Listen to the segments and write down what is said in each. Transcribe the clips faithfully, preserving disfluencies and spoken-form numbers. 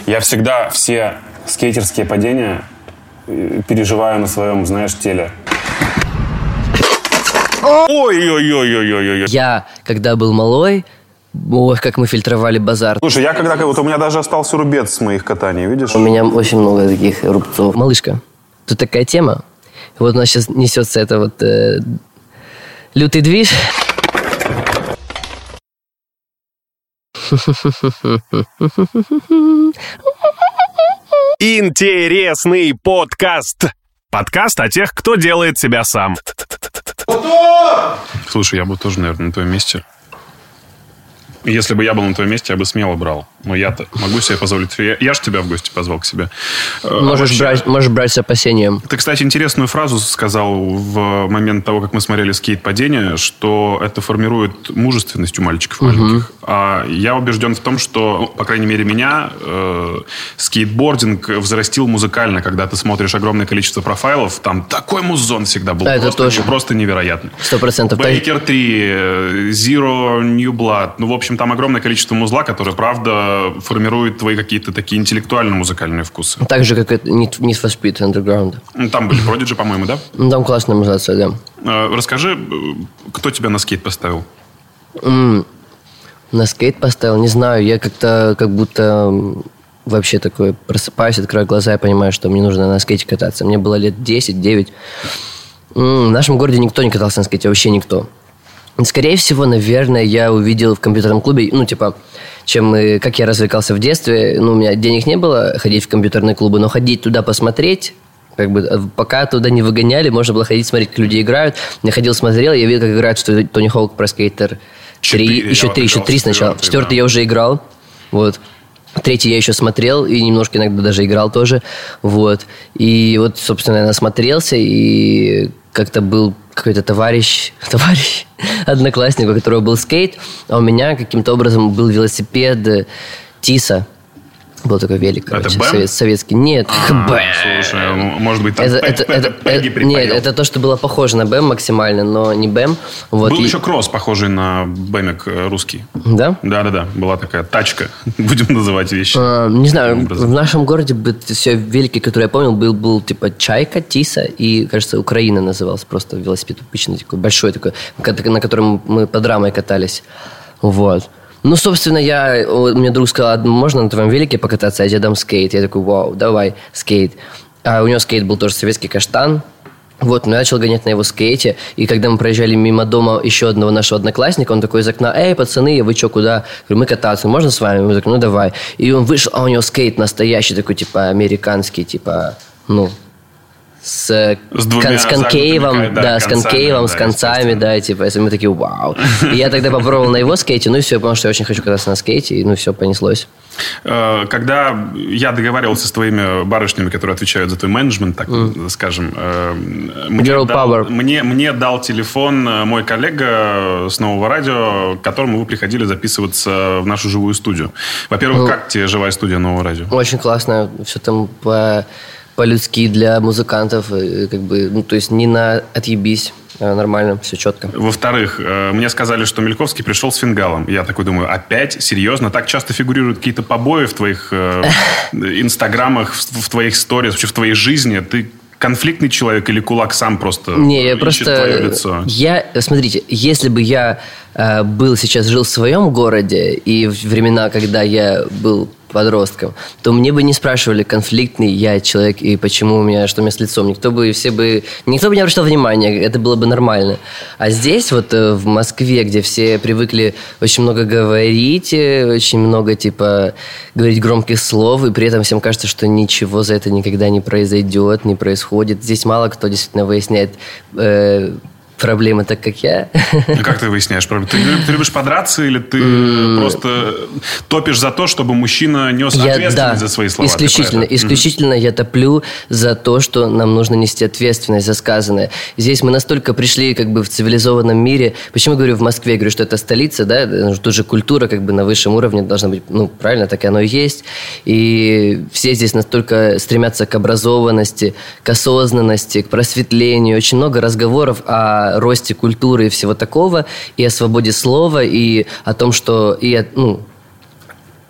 Я всегда все скейтерские падения переживаю на своем, знаешь, теле. Ой-ой-ой-ой-ой-ой. Я, когда был малой, ой, как мы фильтровали базар. Слушай, я когда... Вот у меня даже остался рубец с моих катаний, видишь? У меня очень много таких рубцов. Малышка, тут такая тема. Вот у нас сейчас несется это вот э, лютый движ. Интересный подкаст. Подкаст о тех, кто делает себя сам. Слушай, я бы тоже, наверное, на твоем месте. Если бы я был на твоем месте, я бы смело брал. Но я-то могу себе позволить. Я, я же тебя в гости позвал к себе. Можешь, вообще, брать, можешь брать с опасением. Ты, кстати, интересную фразу сказал в момент того, как мы смотрели скейт-падение, что это формирует мужественность у мальчиков маленьких. Угу. А я убежден в том, что, по крайней мере, меня э, скейтбординг взрастил музыкально. Когда ты смотришь огромное количество профайлов, там такой музон всегда был. Да, просто, это тоже. Просто невероятный. Сто процентов. Бейкер три, Zero New Blood. Ну, в общем, там огромное количество музла, которое, правда, формирует твои какие-то такие интеллектуально-музыкальные вкусы. Так же, как и Need for Speed Underground. Там были Prodigy, по-моему, да? Там классная музыка, да. Расскажи, кто тебя на скейт поставил? Mm, на скейт поставил? Не знаю, я как-то как будто вообще такой просыпаюсь, открываю глаза и понимаю, что мне нужно на скейте кататься. Мне было лет десять-девять. Mm, в нашем городе никто не катался на скейте, вообще никто. Скорее всего, наверное, я увидел в компьютерном клубе, ну, типа, чем, как я развлекался в детстве. Ну, у меня денег не было ходить в компьютерные клубы, но ходить туда посмотреть, как бы, пока туда не выгоняли, можно было ходить смотреть, как люди играют. Я ходил, смотрел, я видел, как играют в Тони Хоук Pro Skater три, еще три, еще три сначала. В четвертый да. я уже играл, вот. Третий я еще смотрел и немножко иногда даже играл тоже, вот. И вот, собственно, я насмотрелся, и как-то был какой-то товарищ, товарищ, одноклассник, у которого был скейт, а у меня каким-то образом был велосипед Тиса. Был такой велик, короче, совет, советский. Нет, а, БМ. Слушай, может быть, там это, Пэг, это, Пэг, это, Пэгги это, Нет, это то, что было похоже на БМ максимально, но не БМ. Вот. Был и... еще кросс, похожий на БМик русский. Да? Да-да-да, была такая тачка, будем называть вещи. А, не знаю, в нашем городе все велики, которые я помнил, был, был типа Чайка, Тиса и, кажется, Украина назывался, просто велосипед обычный такой, большой такой, на котором мы под рамой катались. Вот. Ну, собственно, я, мне друг сказал, можно на твоем велике покататься, я тебе дам скейт. Я такой, вау, давай, скейт. А у него скейт был тоже советский каштан. Вот, но я начал гонять на его скейте. И когда мы проезжали мимо дома еще одного нашего одноклассника, он такой из окна: эй, пацаны, вы что, куда? Говорю, мы кататься, можно с вами? Мы такой, ну, давай. И он вышел, а у него скейт настоящий такой, типа, американский, типа, ну... С, с, кон, с конкейвом, да, да, с конкейвом, с концами, да, типа, и мы такие, вау. И я тогда попробовал на его скейте, ну и все, я понял, что я очень хочу кататься на скейте, и ну все, понеслось. Когда я договаривался с твоими барышнями, которые отвечают за твой менеджмент, так mm. скажем, мне Girl дал, Power. Мне, мне дал телефон мой коллега с Нового радио, к которому вы приходили записываться в нашу живую студию. Во-первых, mm. как тебе живая студия Нового радио? Очень классно, все там по... по-людски для музыкантов, как бы, ну, то есть не на отъебись, а нормально, все четко. Во-вторых, мне сказали, что Мельковский пришел с фингалом. Я такой думаю, опять? Серьезно? Так часто фигурируют какие-то побои в твоих э, инстаграмах, в, в твоих сторис, вообще в твоей жизни? Ты конфликтный человек или кулак сам просто Не, я ищет просто... твое лицо? Я, смотрите, если бы я э, был сейчас, жил в своем городе, и в времена, когда я был подростком, то мне бы не спрашивали, конфликтный я человек и почему у меня, что у меня с лицом. Никто бы, все бы, никто бы не обращал внимания, это было бы нормально. А здесь, вот в Москве, где все привыкли очень много говорить, очень много, типа, говорить громких слов, и при этом всем кажется, что ничего за это никогда не произойдет, не происходит. Здесь мало кто действительно выясняет э, проблемы так, как я. А как ты выясняешь проблемы? Ты, ты любишь подраться или ты mm. просто топишь за то, чтобы мужчина нес я, ответственность да, за свои слова? Исключительно, исключительно mm-hmm. я топлю за то, что нам нужно нести ответственность за сказанное. Здесь мы настолько пришли как бы в цивилизованном мире. Почему я говорю в Москве? Я говорю, что это столица, да? Тут же культура как бы на высшем уровне должна быть, ну, правильно, так и оно и есть. И все здесь настолько стремятся к образованности, к осознанности, к просветлению. Очень много разговоров о росте культуры и всего такого, и о свободе слова, и о том, что... И о, ну,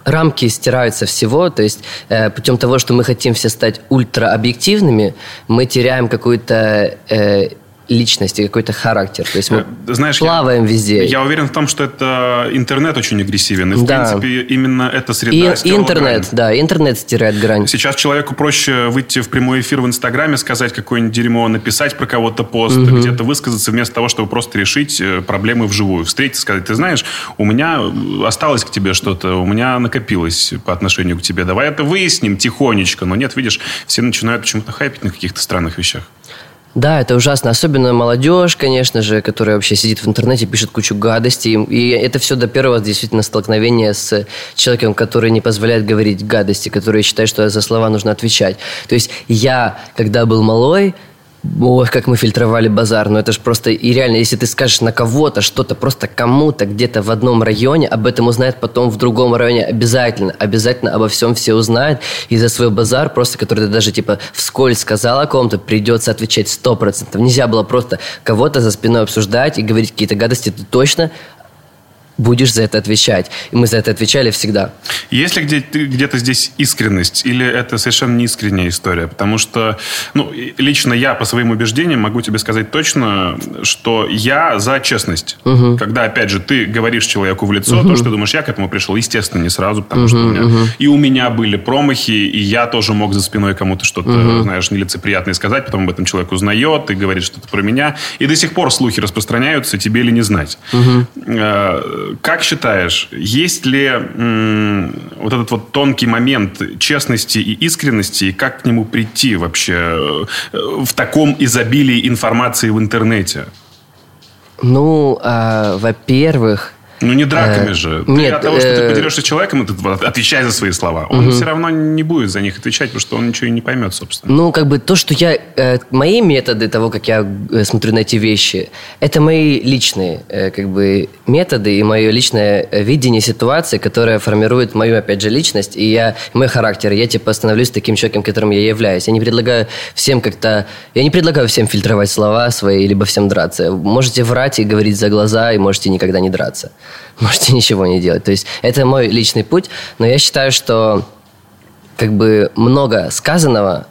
рамки стираются всего, то есть э, путем того, что мы хотим все стать ультраобъективными, мы теряем какую-то э, личность и какой-то характер. То есть мы Знаешь, плаваем я, везде. Я уверен в том, что это интернет очень агрессивен. И, в да. принципе, именно эта среда и, стирала интернет, грань. да, интернет стирает грань. Сейчас человеку проще выйти в прямой эфир в Инстаграме, сказать какое-нибудь дерьмо, написать про кого-то пост, угу. где-то высказаться, вместо того, чтобы просто решить проблемы вживую. Встретиться, сказать, ты знаешь, у меня осталось к тебе что-то, у меня накопилось по отношению к тебе. Давай это выясним тихонечко. Но нет, видишь, все начинают почему-то хайпить на каких-то странных вещах. Да, это ужасно. Особенно молодежь, конечно же, которая вообще сидит в интернете, пишет кучу гадостей. И это все до первого действительно столкновения с человеком, который не позволяет говорить гадости, который считает, что за слова нужно отвечать. То есть я, когда был малой, ой, как мы фильтровали базар. Ну, это же просто... И реально, если ты скажешь на кого-то что-то, просто кому-то где-то в одном районе, об этом узнает потом в другом районе обязательно. Обязательно обо всем все узнают. И за свой базар, просто который ты даже, типа, вскользь сказал о ком-то, придется отвечать сто процентов. Нельзя было просто кого-то за спиной обсуждать и говорить какие-то гадости. Ты точно будешь за это отвечать. И мы за это отвечали всегда. Есть ли где- где-то здесь искренность? Или это совершенно неискренняя история? Потому что, ну, лично я по своим убеждениям могу тебе сказать точно, что я за честность. Угу. Когда, опять же, ты говоришь человеку в лицо, угу. то, что ты думаешь, я к этому пришел, естественно, не сразу, потому угу, что у меня... Угу. И у меня были промахи, и я тоже мог за спиной кому-то что-то, угу. знаешь, нелицеприятное сказать, потом об этом человек узнает и говорит что-то про меня. И до сих пор слухи распространяются, тебе ли не знать. Угу. Как считаешь, есть ли м, вот этот вот тонкий момент честности и искренности, и как к нему прийти вообще в таком изобилии информации в интернете? Ну, а, во-первых... Ну, не драками э, же. Ты нет, от того, что э, ты подерешься человеком, ты отвечай за свои слова. Он угу. все равно не будет за них отвечать, потому что он ничего и не поймет, собственно. Ну, как бы то, что я... Э, мои методы того, как я э, смотрю на эти вещи, это мои личные э, как бы методы и мое личное видение ситуации, которое формирует мою, опять же, личность и я, мой характер. Я, типа, становлюсь таким человеком, которым я являюсь. Я не предлагаю всем как-то... Я не предлагаю всем фильтровать слова свои, либо всем драться. Можете врать и говорить за глаза, и можете никогда не драться. Можете ничего не делать. То есть это мой личный путь, но я считаю, что как бы много сказанного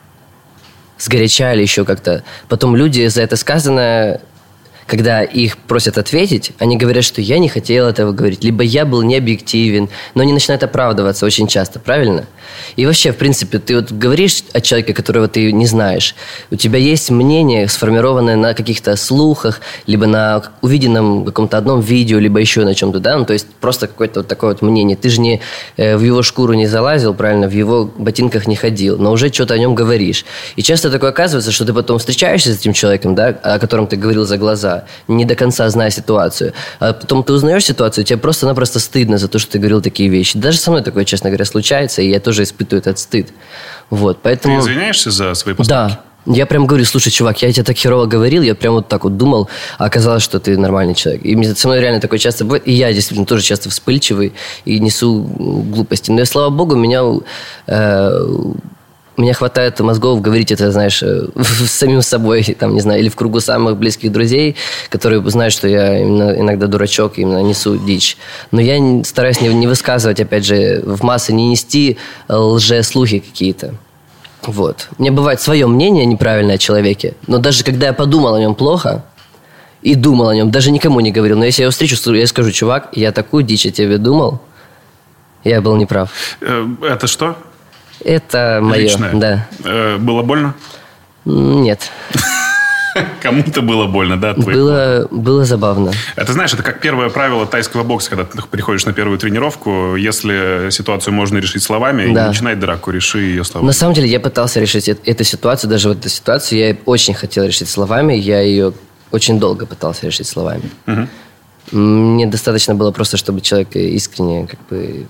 сгоряча или еще как-то. Потом люди за это сказанное, когда их просят ответить, они говорят, что я не хотел этого говорить, либо я был необъективен, но они начинают оправдываться очень часто, правильно? И вообще, в принципе, ты вот говоришь о человеке, которого ты не знаешь, у тебя есть мнение, сформированное на каких-то слухах, либо на увиденном каком-то одном видео, либо еще на чем-то, да, ну, то есть просто какое-то вот такое вот мнение. Ты же не э, в его шкуру не залазил, правильно, в его ботинках не ходил, но уже что-то о нем говоришь. И часто такое оказывается, что ты потом встречаешься с этим человеком, да, о котором ты говорил за глаза, не до конца зная ситуацию. А потом ты узнаешь ситуацию, тебе просто-напросто стыдно за то, что ты говорил такие вещи. Даже со мной такое, честно говоря, случается, и я тоже испытываю этот стыд. Вот, поэтому... Ты извиняешься за свои поступки? Да. Я прям говорю, слушай, чувак, я тебе так херово говорил, я прям вот так вот думал, а оказалось, что ты нормальный человек. И со мной реально такое часто бывает. И я действительно тоже часто вспыльчивый и несу глупости. Но, слава богу, меня... Э, Мне хватает мозгов говорить это, знаешь, с самим собой, там, не знаю, или в кругу самых близких друзей, которые знают, что я именно иногда дурачок, именно несу дичь. Но я стараюсь не, не высказывать, опять же, в массы, не нести лжеслухи какие-то. Вот. У меня бывает свое мнение неправильное о человеке, но даже когда я подумал о нем плохо и думал о нем, даже никому не говорил, но если я его встречу, я скажу, чувак, я такую дичь о тебе думал, я был неправ. Это что? Это мое, личное. Да. Э, было больно? Нет. Кому-то было больно, да? Было, было забавно. Это, знаешь, это как первое правило тайского бокса, когда ты приходишь на первую тренировку, если ситуацию можно решить словами, да. не начинай драку, реши ее словами. На самом деле я пытался решить эту ситуацию, даже вот эту ситуацию я очень хотел решить словами, я ее очень долго пытался решить словами. Угу. Мне достаточно было просто, чтобы человек искренне как бы...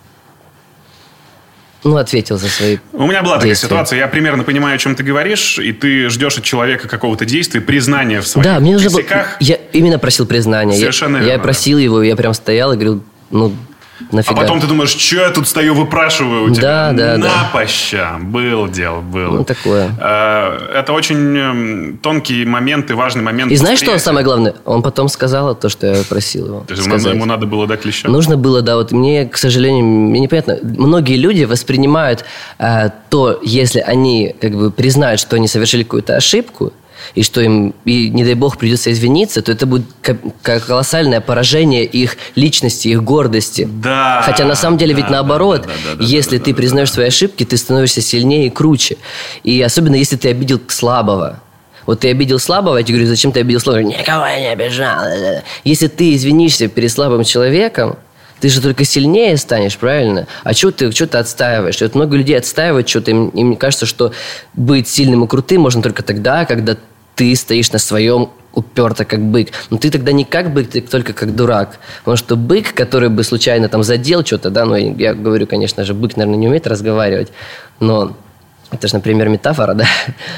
Ну, ответил за свои У меня была действия. такая ситуация. Я примерно понимаю, о чем ты говоришь, и ты ждешь от человека какого-то действия, признания в своих да, мне нужно было... косяках. Я именно просил признания. Совершенно я, верно. Я просил его, я прям стоял и говорил, ну, нафига? А потом ты думаешь, что я тут стою, выпрашиваю у тебя? Да, да, На да. по щам. Был дело, было. Ну, такое. Это очень тонкий момент и важный момент. И знаешь, что самое главное? Он потом сказал то, что я просил его То есть сказать. ему надо было дать леща? Нужно было, да. Вот мне, к сожалению, мне непонятно. Многие люди воспринимают э, то, если они как бы признают, что они совершили какую-то ошибку, и что им, и, не дай бог, придется извиниться, то это будет как колоссальное поражение их личности, их гордости. Да. Хотя на самом деле да, ведь наоборот, да, да, да, да, если да, ты да, признаешь да. свои ошибки, ты становишься сильнее и круче. И особенно если ты обидел слабого. Вот ты обидел слабого, я тебе говорю, зачем ты обидел слабого? Никого я не обижал. Если ты извинишься перед слабым человеком, ты же только сильнее станешь, правильно? А что ты, что ты отстаиваешь? И вот много людей отстаивают что-то, им, им кажется, что быть сильным и крутым можно только тогда, когда ты стоишь на своем уперто как бык. Но ты тогда не как бык, ты только как дурак. Потому что бык, который бы случайно там задел что-то, да, ну, я говорю, конечно же, бык, наверное, не умеет разговаривать, но это же, например, метафора, да?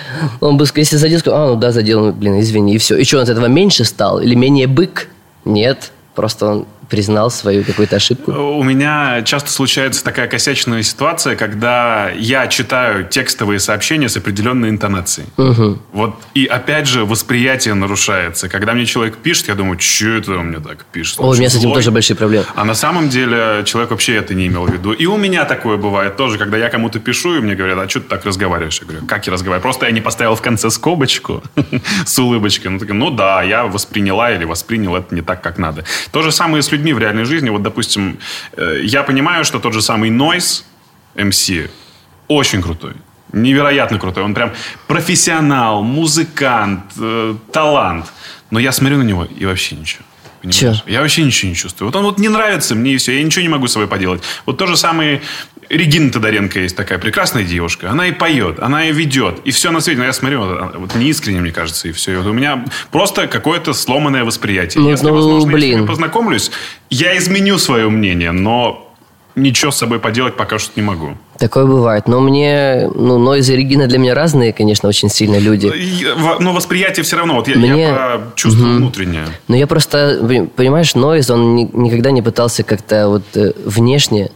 Он бы, если задел, сказал, а, ну да, задел, ну, блин, извини, и все. И что, он от этого меньше стал? Или менее бык? Нет, просто он признал свою какую-то ошибку. У меня часто случается такая косячная ситуация, когда я читаю текстовые сообщения с определенной интонацией. Угу. Вот, и опять же восприятие нарушается. Когда мне человек пишет, я думаю, что это он мне так пишет? О, у меня с этим злой. тоже большие проблемы. А на самом деле человек вообще это не имел в виду. И у меня такое бывает тоже, когда я кому-то пишу, и мне говорят, а что ты так разговариваешь? Я говорю, как я разговариваю? Просто я не поставил в конце скобочку с улыбочкой. Ну, так, ну да, я восприняла или воспринял это не так, как надо. То же самое с людьми в реальной жизни. Вот, допустим, я понимаю, что тот же самый Noise эм си очень крутой. Невероятно крутой. Он прям профессионал, музыкант, э, талант. Но я смотрю на него и вообще ничего. Понимаешь? Я вообще ничего не чувствую. Вот он вот не нравится мне, и все. Я ничего не могу с собой поделать. Вот то же самое... Регина Тодоренко есть такая прекрасная девушка. Она и поет, она и ведет. И все на свете. Но я смотрю, вот неискренне, мне кажется, и все. И вот у меня просто какое-то сломанное восприятие. Ну, если, ну, возможно, блин. если я познакомлюсь, я изменю свое мнение, но ничего с собой поделать пока что не могу. Такое бывает. Но мне... Ну, Нойз и Регина для меня разные, конечно, очень сильно люди. И, но восприятие все равно. Вот я, Мне... я про чувство угу. внутреннее. Но я просто... Понимаешь, Нойз, он ни, никогда не пытался как-то вот внешне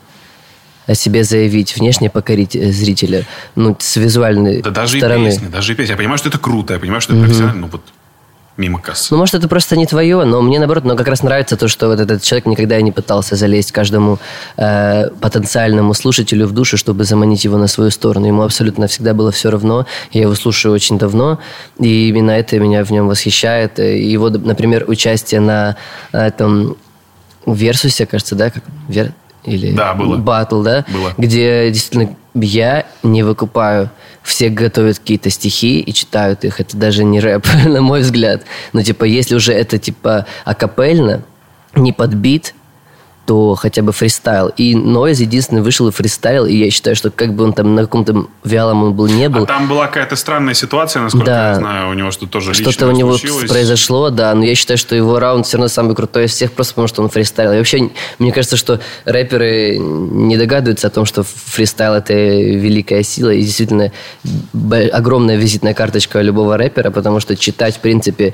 о себе заявить, внешне покорить зрителя. Ну, с визуальной да даже стороны. и песни, даже и песни. Я понимаю, что это круто, я понимаю, что это профессионально, но вот мимо кассы. Ну, может, это просто не твое, но мне, наоборот, но как раз нравится то, что вот этот человек никогда не пытался залезть каждому э, потенциальному слушателю в душу, чтобы заманить его на свою сторону. Ему абсолютно всегда было все равно. Я его слушаю очень давно, и именно это меня в нем восхищает. И его, например, участие на этом Версусе, кажется, да? Как? Вер... Или да, было. Батл, да? Было. Где действительно я не выкупаю. Все готовят какие-то стихи и читают их. Это даже не рэп, на мой взгляд. Но типа, если уже это типа акапельно, не под бит, то хотя бы фристайл. И Нойз единственный вышел и фристайл, и я считаю, что как бы он там на каком-то вялом он был, не был. А там была какая-то странная ситуация, насколько да. я знаю, у него что-то тоже личное Что-то у него случилось. произошло, да, но я считаю, что его раунд все равно самый крутой из всех, просто потому что он фристайл. И вообще, мне кажется, что рэперы не догадываются о том, что фристайл – это великая сила, и действительно огромная визитная карточка любого рэпера, потому что читать, в принципе,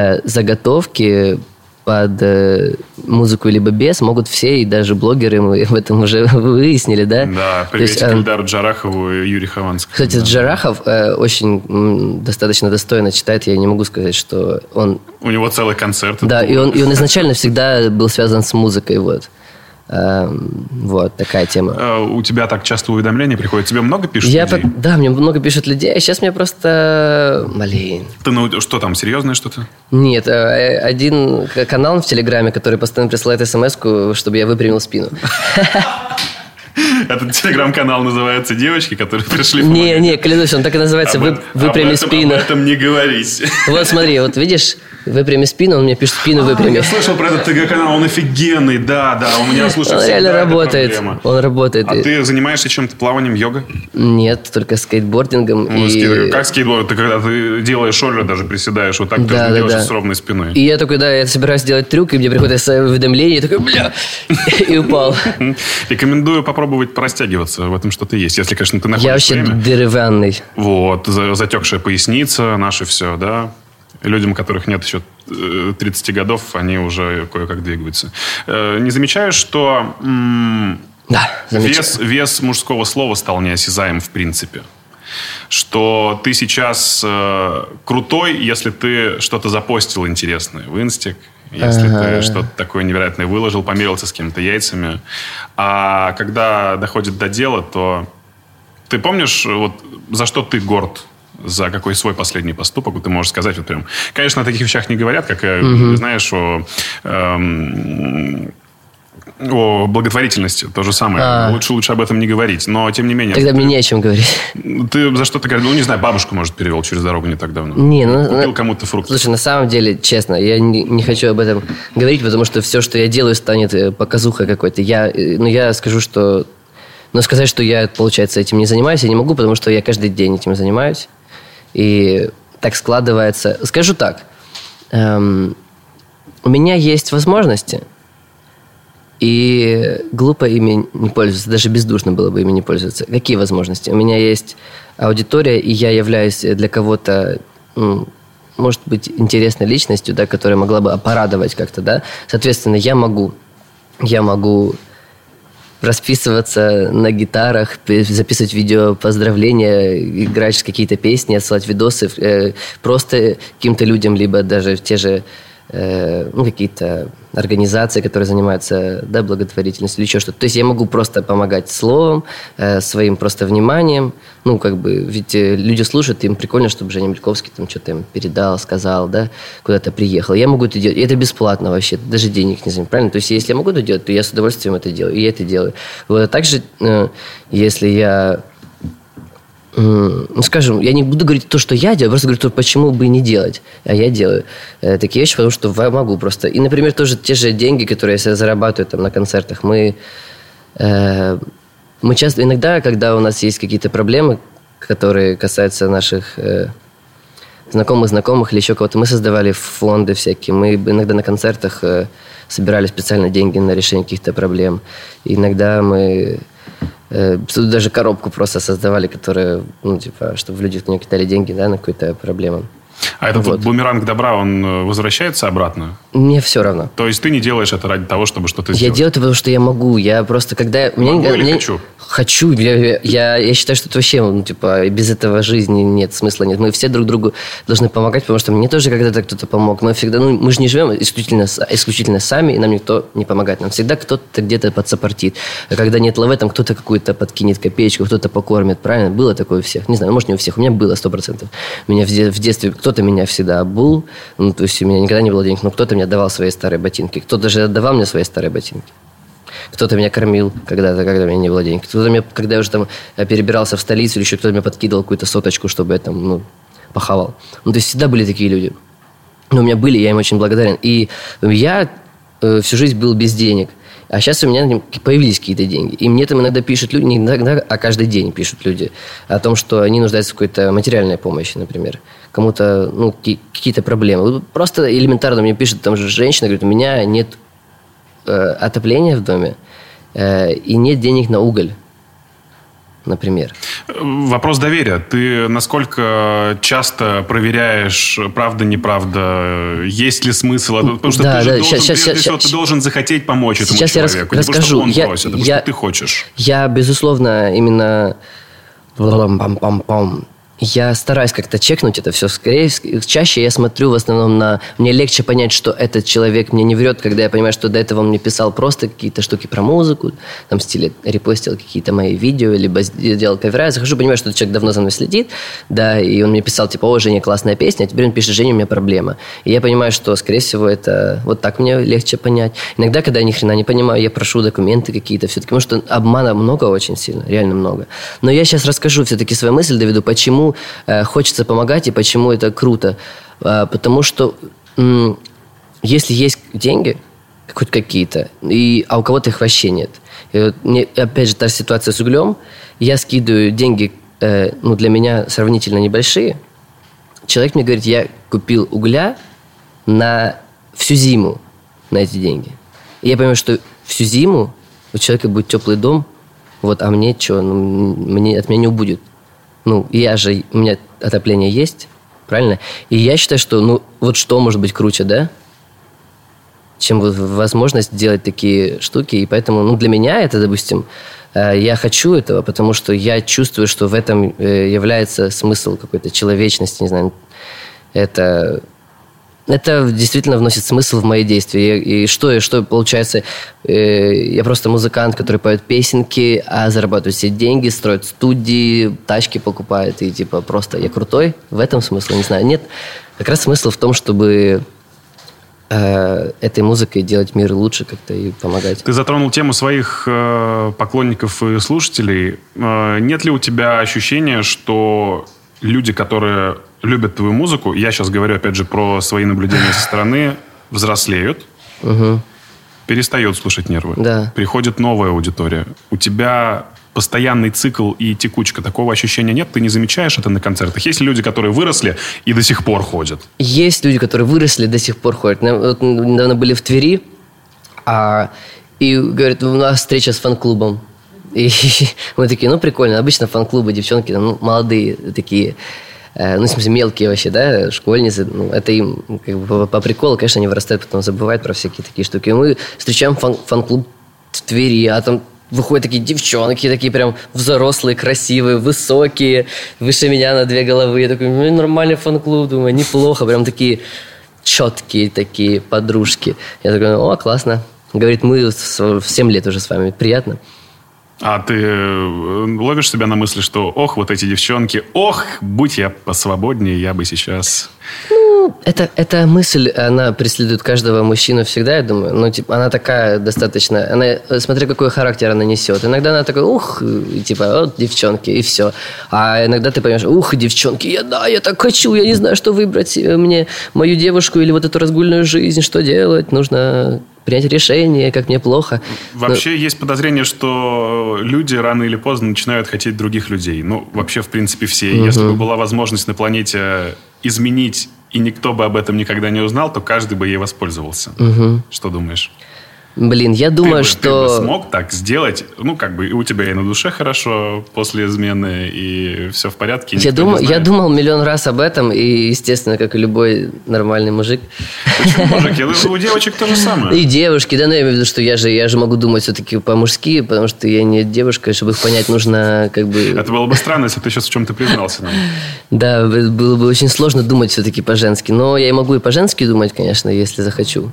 заготовки под э, музыку либо без могут все, и даже блогеры, мы в этом уже выяснили, да? Да, приветик есть, Эльдару Джарахову и Юрию Хованскому. Кстати, да. Джарахов э, очень м, достаточно достойно читает, я не могу сказать, что он... У него целый концерт. Да, и он, и он изначально всегда был связан с музыкой, вот. Вот, такая тема. У тебя так часто уведомления приходят? Тебе много пишут я людей? По... Да, мне много пишут людей, а сейчас мне просто... Блин. Ты, ну, что там, серьезное что-то? Нет, один канал в Телеграме, который постоянно присылает смс-ку, чтобы я выпрямил спину. Этот телеграм-канал называется «Девочки, которые пришли Не, помогать». не, клянусь, он так и называется, Вы, «Выпрями об этом, спину». Об этом не говорись. Вот смотри, вот видишь, «Выпрями спину», он мне пишет «спину выпрями». Я слышал про этот ТГ-канал, он офигенный, да, да, у меня слушай, Он реально работает, он работает. А ты занимаешься чем-то, плаванием, йогой? Нет, только скейтбордингом. Ну, и... скейт... Как скейтборд? Ты когда ты делаешь шоллер, даже приседаешь, вот так да, ты да, делаешь да. с ровной спиной. И я такой, да, я собираюсь сделать трюк, и мне приходит уведомление, и такой, бля, и упал. Рекомендую попробовать порастягиваться, в этом что-то есть, если, конечно, ты находишь Я вообще время. деревянный. Вот, затекшая поясница, наше все, да. Людям, которых нет еще тридцати годов, они уже кое-как двигаются. Не замечаешь, что м- да, вес, вес мужского слова стал неосязаем в принципе? Что ты сейчас э, крутой, если ты что-то запостил интересное в инстик, если ага. ты что-то такое невероятное выложил, померился с кем-то яйцами. А когда доходит до дела, то ты помнишь, вот, за что ты горд? За какой свой последний поступок ты можешь сказать? Вот прям. Конечно, о таких вещах не говорят, как, угу. знаешь, о... Эм, о благотворительности, то же самое. А. Лучше, лучше об этом не говорить. Но, тем не менее... Тогда ты, мне не о чем говорить. Ты за что ты говоришь? Ну, не знаю, бабушку, может, перевел через дорогу не так давно. Не, ну... Купил на... кому-то фрукты. Слушай, на самом деле, честно, я не, не хочу об этом говорить, потому что все, что я делаю, станет показухой какой-то. Я, ну, я скажу, что... Но сказать, что я, получается, этим не занимаюсь, я не могу, потому что я каждый день этим занимаюсь. И так складывается... Скажу так. Эм, у меня есть возможности... И глупо ими не пользоваться, даже бездушно было бы ими не пользоваться. Какие возможности? У меня есть аудитория, и я являюсь для кого-то, ну, может быть, интересной личностью, да, которая могла бы порадовать как-то, да. Соответственно, я могу, я могу расписываться на гитарах, записывать видео поздравления, играть какие-то песни, отсылать видосы э, просто каким-то людям, либо даже в те же ну, какие-то организации, которые занимаются, да, благотворительностью или еще что-то. То есть я могу просто помогать словом, э, своим просто вниманием. Ну, как бы, ведь люди слушают, им прикольно, чтобы Женя Мельковский там что-то им передал, сказал, да, куда-то приехал. Я могу это делать. И это бесплатно вообще, даже денег не занимаю, правильно? То есть если я могу это делать, то я с удовольствием это делаю, и я это делаю. Вот, а также, э, если я... Ну, скажем, я не буду говорить то, что я делаю, просто говорю, то, почему бы не делать. А я делаю э, такие вещи, потому что могу просто. И, например, тоже те же деньги, которые я зарабатываю там, на концертах, мы, э, мы часто, иногда, когда у нас есть какие-то проблемы, которые касаются наших э, знакомых, знакомых или еще кого-то, мы создавали фонды всякие, мы иногда на концертах э, собирали специально деньги на решение каких-то проблем. И иногда мы... Тут даже коробку просто создавали, которая, ну, типа, чтобы люди не кидали деньги, да, на какую-то проблему. А этот вот. бумеранг добра, он возвращается обратно? Мне все равно. То есть ты не делаешь это ради того, чтобы что-то я сделать? Я делаю это, потому что я могу. Я просто, когда... Могу меня, или меня... хочу? Хочу. Я, я, я считаю, что это вообще, ну, типа, без этого жизни нет, смысла нет. Мы все друг другу должны помогать, потому что мне тоже когда-то кто-то помог. Мы всегда, ну, мы же не живем исключительно, исключительно сами, и нам никто не помогает. Нам всегда кто-то где-то подсопортит. А когда нет лавы, там кто-то какую-то подкинет копеечку, кто-то покормит, правильно? Было такое у всех. Не знаю, может, не у всех. У меня было сто процентов. Меня в, де- в детстве кто-то меня всегда обул. Ну, то есть у меня никогда не было денег, но кто-то мне давал свои старые ботинки. Кто-то же отдавал мне свои старые ботинки. Кто-то меня кормил когда-то, когда у меня не было денег. Кто-то мне, когда я уже там перебирался в столицу, или еще кто-то мне подкидывал какую-то соточку, чтобы я там, ну, похавал. Ну, то есть всегда были такие люди. Но у меня были, я им очень благодарен. И я э, всю жизнь был без денег. А сейчас у меня появились какие-то деньги. И мне там иногда пишут люди, не иногда, а каждый день пишут люди о том, что они нуждаются в какой-то материальной помощи, например. Кому-то, ну, какие-то проблемы. Просто элементарно мне пишет там же женщина, говорит, у меня нет э, отопления в доме э, и нет денег на уголь, например. Вопрос доверия. Ты насколько часто проверяешь, правда, неправда, есть ли смысл? Потому что да, ты же да, должен, щас, прежде щас, всего, щас, ты должен захотеть помочь этому сейчас человеку. Я не расскажу. потому, что он я, просит, а потому я, что ты хочешь. Я, безусловно, именно... Пам-пам-пам. Я стараюсь как-то чекнуть это все. Скорее, чаще я смотрю в основном на... Мне легче понять, что этот человек мне не врет, когда я понимаю, что до этого он мне писал просто какие-то штуки про музыку, там в стиле репостил какие-то мои видео, либо делал кавера. Я захожу, понимаю, что этот человек давно за мной следит, да, и он мне писал, типа, о, Женя, классная песня, а теперь он пишет, Женя, у меня проблема. И я понимаю, что, скорее всего, это вот так мне легче понять. Иногда, когда я ни хрена не понимаю, я прошу документы какие-то все-таки, потому что обмана много очень сильно, реально много. Но я сейчас расскажу все-таки свою мысль, доведу, почему хочется помогать и почему это круто. Потому что м- если есть деньги, хоть какие-то, и, а у кого-то их вообще нет. И вот мне, опять же, та ситуация с углем. Я скидываю деньги, э, ну, для меня сравнительно небольшие. Человек мне говорит, я купил угля на всю зиму на эти деньги. И я понимаю, что всю зиму у человека будет теплый дом, вот, а мне что, ну, мне, от меня не убудет. Ну, я же, у меня отопление есть, правильно? И я считаю, что, ну, вот что может быть круче, да? Чем вот возможность делать такие штуки. И поэтому, ну, для меня это, допустим, я хочу этого, потому что я чувствую, что в этом является смысл какой-то человечности, не знаю. Это, это действительно вносит смысл в мои действия. И, и что, и что получается, я просто музыкант, который поет песенки, а зарабатывает все деньги, строит студии, тачки покупает, и типа просто я крутой. В этом смысл, не знаю. Нет, как раз смысл в том, чтобы этой музыкой делать мир лучше как-то и помогать. Ты затронул тему своих э, поклонников и слушателей. Э, нет ли у тебя ощущения, что люди, которые любят твою музыку, я сейчас говорю опять же про свои наблюдения со стороны, взрослеют, угу. перестают слушать нервы, да. приходит новая аудитория. У тебя постоянный цикл и текучка. Такого ощущения нет? Ты не замечаешь это на концертах? Есть ли люди, которые выросли и до сих пор ходят? Есть люди, которые выросли и до сих пор ходят. Вот недавно были в Твери, а, и говорят, у нас встреча с фан-клубом. И мы такие, ну, прикольно. Обычно фан-клубы, девчонки, ну, молодые такие, э, ну, в смысле, мелкие вообще, да, школьницы. Ну, это им как бы по, по приколу, конечно, они вырастают, потом забывают про всякие такие штуки. И мы встречаем фан- фан-клуб в Твери, а там выходят такие девчонки, такие прям взрослые, красивые, высокие, выше меня на две головы. Я такой, ну, нормальный фан-клуб, думаю, неплохо. Прям такие четкие такие подружки. Я такой, о, классно. Говорит, мы в семь лет уже с вами, приятно. А ты ловишь себя на мысли, что ох, вот эти девчонки, ох, будь я посвободнее, я бы сейчас... Ну, это, эта мысль, она преследует каждого мужчину всегда, я думаю. Ну, типа, она такая достаточно... Она, смотри, какой характер она несет. Иногда она такая, ух, и, типа, вот девчонки, и все. А иногда ты понимаешь, ух, девчонки, я, да, я так хочу, я не знаю, что выбрать мне, мою девушку или вот эту разгульную жизнь, что делать, нужно... принять решение, как мне плохо. Вообще Но... есть подозрение, что люди рано или поздно начинают хотеть других людей. Ну, вообще, в принципе, все. Угу. Если бы была возможность на планете изменить, и никто бы об этом никогда не узнал, то каждый бы ей воспользовался. Угу. Что думаешь? Блин, я думаю, ты бы, что... Ты бы смог так сделать? Ну, как бы, и у тебя и на душе хорошо после измены, и все в порядке. Я, дум... я думал миллион раз об этом, и, естественно, как и любой нормальный мужик. Почему мужик? Я думаю, у девочек то же самое. И девушки, да, но я имею в виду, что я же, я же могу думать все-таки по-мужски, потому что я не девушка, чтобы их понять, нужно как бы... Это было бы странно, если бы ты сейчас в чем-то признался нам. Да, было бы очень сложно думать все-таки по-женски, но я могу и по-женски думать, конечно, если захочу.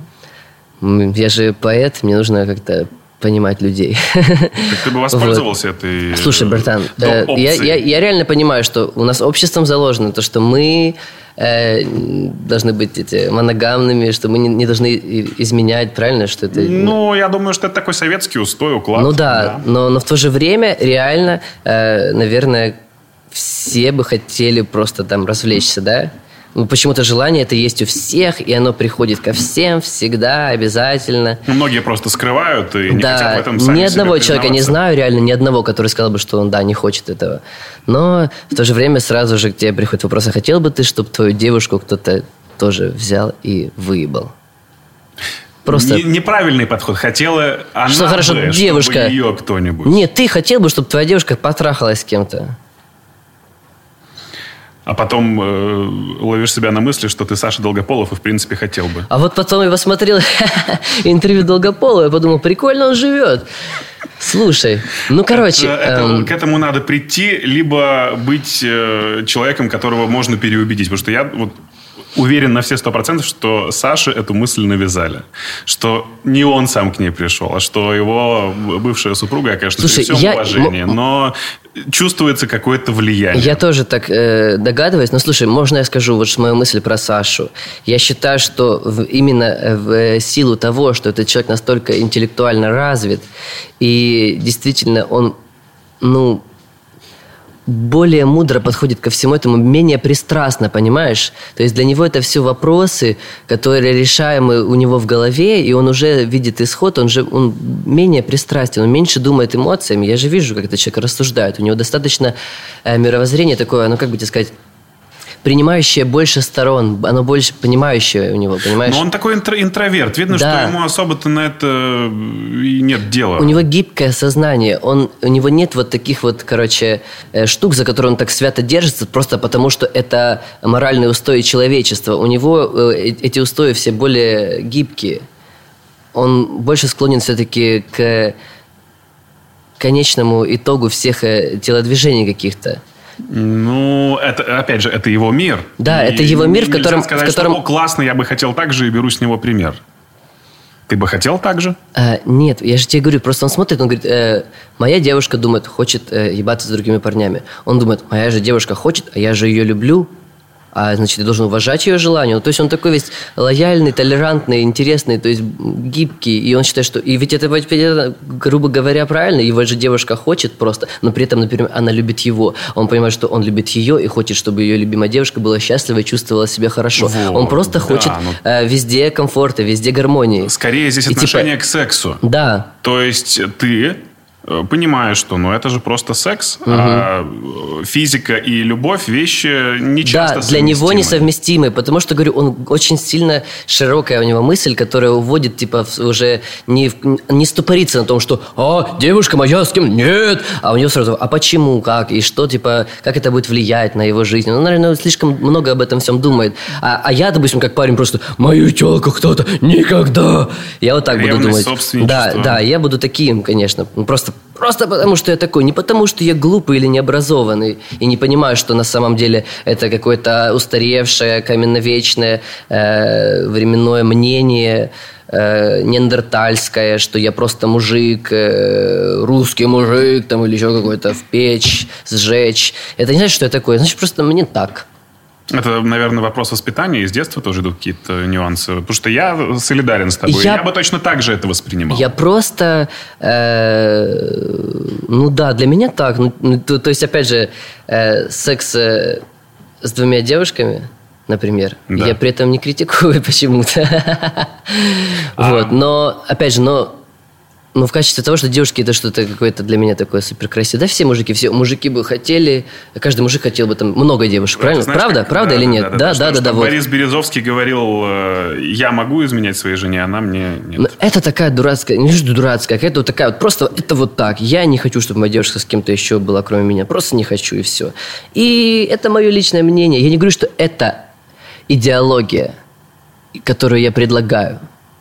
Я же поэт, мне нужно как-то понимать людей. Так ты бы воспользовался вот. этой Слушай, братан, э, я, я, я реально понимаю, что у нас обществом заложено то, что мы э, должны быть эти, моногамными, что мы не, не должны изменять, правильно? Что это... Ну, я думаю, что это такой советский устой, уклад. Ну да, да. Но, но в то же время реально, э, наверное, все бы хотели просто там развлечься, да? Почему-то желание это есть у всех, и оно приходит ко всем всегда, обязательно. Ну, многие просто скрывают и не да, хотят в этом сами ни одного себе человека не знаю, реально ни одного, который сказал бы, что он, да, не хочет этого. Но в то же время сразу же к тебе приходит вопрос, а хотел бы ты, чтобы твою девушку кто-то тоже взял и выебал? Просто... Не, неправильный подход. Хотела она что, хорошо, бы, девушка... чтобы ее кто-нибудь... Нет, ты хотел бы, чтобы твоя девушка потрахалась с кем-то. А потом э, ловишь себя на мысли, что ты Саша Долгополов и, в принципе, хотел бы. А вот потом я посмотрел интервью Долгополова и подумал, прикольно он живет. Слушай, ну, короче... Это, это, эм... К этому надо прийти, либо быть э, человеком, которого можно переубедить. Потому что я вот уверен на все сто процентов, что Саше эту мысль навязали. Что не он сам к ней пришел, а что его бывшая супруга, конечно, Слушай, при всем я... уважении, но чувствуется какое-то влияние. Я тоже так э, догадываюсь. Но слушай, можно я скажу вот мою мысль про Сашу? Я считаю, что в, именно в силу того, что этот человек настолько интеллектуально развит, и действительно он, ну... более мудро подходит ко всему этому, менее пристрастно, понимаешь? То есть для него это все вопросы, которые решаемы у него в голове, и он уже видит исход, он же он менее пристрастен, он меньше думает эмоциями. Я же вижу, как этот человек рассуждает. У него достаточно э, мировоззрение такое, ну как бы тебе сказать, принимающее больше сторон, оно больше понимающее у него, понимаешь? Но он такой интро- интроверт. Видно, Да. что ему особо-то на это и нет дела. У него гибкое сознание, он, у него нет вот таких вот, короче, э, штук, за которые он так свято держится, просто потому что это моральные устои человечества. У него э, эти устои все более гибкие. Он больше склонен все-таки к конечному итогу всех э, телодвижений каких-то. Ну, это, опять же, это его мир. Да, И это его мир, в нельзя котором- сказать, в котором- что, о, классно, я бы хотел так же, и беру с него пример. Ты бы хотел так же? А, нет, я же тебе говорю, просто он смотрит, он говорит, э, моя девушка думает, хочет э, ебаться с другими парнями. Он думает, моя же девушка хочет, а я же ее люблю, а значит, я должен уважать ее желание. Ну, то есть он такой весь лояльный, толерантный, интересный, то есть гибкий. И он считает, что... И ведь это, ведь это, грубо говоря, правильно. Его же девушка хочет просто, но при этом, например, она любит его. Он понимает, что он любит ее и хочет, чтобы ее любимая девушка была счастлива и чувствовала себя хорошо. Вот, он просто да, хочет ну- э, везде комфорта, везде гармонии. Скорее здесь И типа- отношение к сексу. Да. То есть ты э, понимаешь, что ну это же просто секс, а э, физика и любовь вещи не часто Да, для него совместимы. несовместимы, потому что, говорю, он очень сильно широкая у него мысль, которая уводит, типа, в- уже не, в- не ступориться на том, что «А, девушка моя с кем? Нет!» А у него сразу «А почему? Как? И что, типа, как это будет влиять на его жизнь?» Он, наверное, слишком много об этом всем думает. А, а я, допустим, как парень просто «Мою тёлку кто-то никогда!» Я вот так буду Ревность, думать. собственничество. Да, да, я буду таким, конечно. Ну, Просто, просто потому, что я такой. Не потому, что я глупый или необразованный. И не понимаю, что на самом деле это какое-то устаревшее, каменновечное, э, временное мнение, э, неандертальское, что я просто мужик, э, русский мужик, там, или еще какой-то в печь, сжечь. Это не значит, что я такой. Значит, просто мне так. Это, наверное, вопрос воспитания. Из детства тоже идут какие-то нюансы. Потому что я солидарен с тобой. Я- Я, бы точно так же это воспринимал. Я просто, э, ну да, для меня так. Ну, ну, то, то есть, опять же, э, секс э, с двумя девушками, например, Да. я при этом не критикую почему-то. Вот, но, опять же, но... Ну, в качестве того, что девушки это что-то какое-то для меня такое супер красивое. Да, все мужики, все мужики бы хотели, каждый мужик хотел бы там много девушек, Это правильно? знаешь, Правда? как- Правда да, или да, нет? Да, Да, да, да, что- да, что да, вот. Борис Березовский говорил, э, я могу изменять своей жене, она мне нет. Ну, это такая дурацкая, не что дурацкая, это вот такая вот, просто это вот так. Я не хочу, чтобы моя девушка с кем-то еще была, кроме меня. Просто не хочу, и все. И это мое личное мнение. Я не говорю, что это идеология, которую я предлагаю.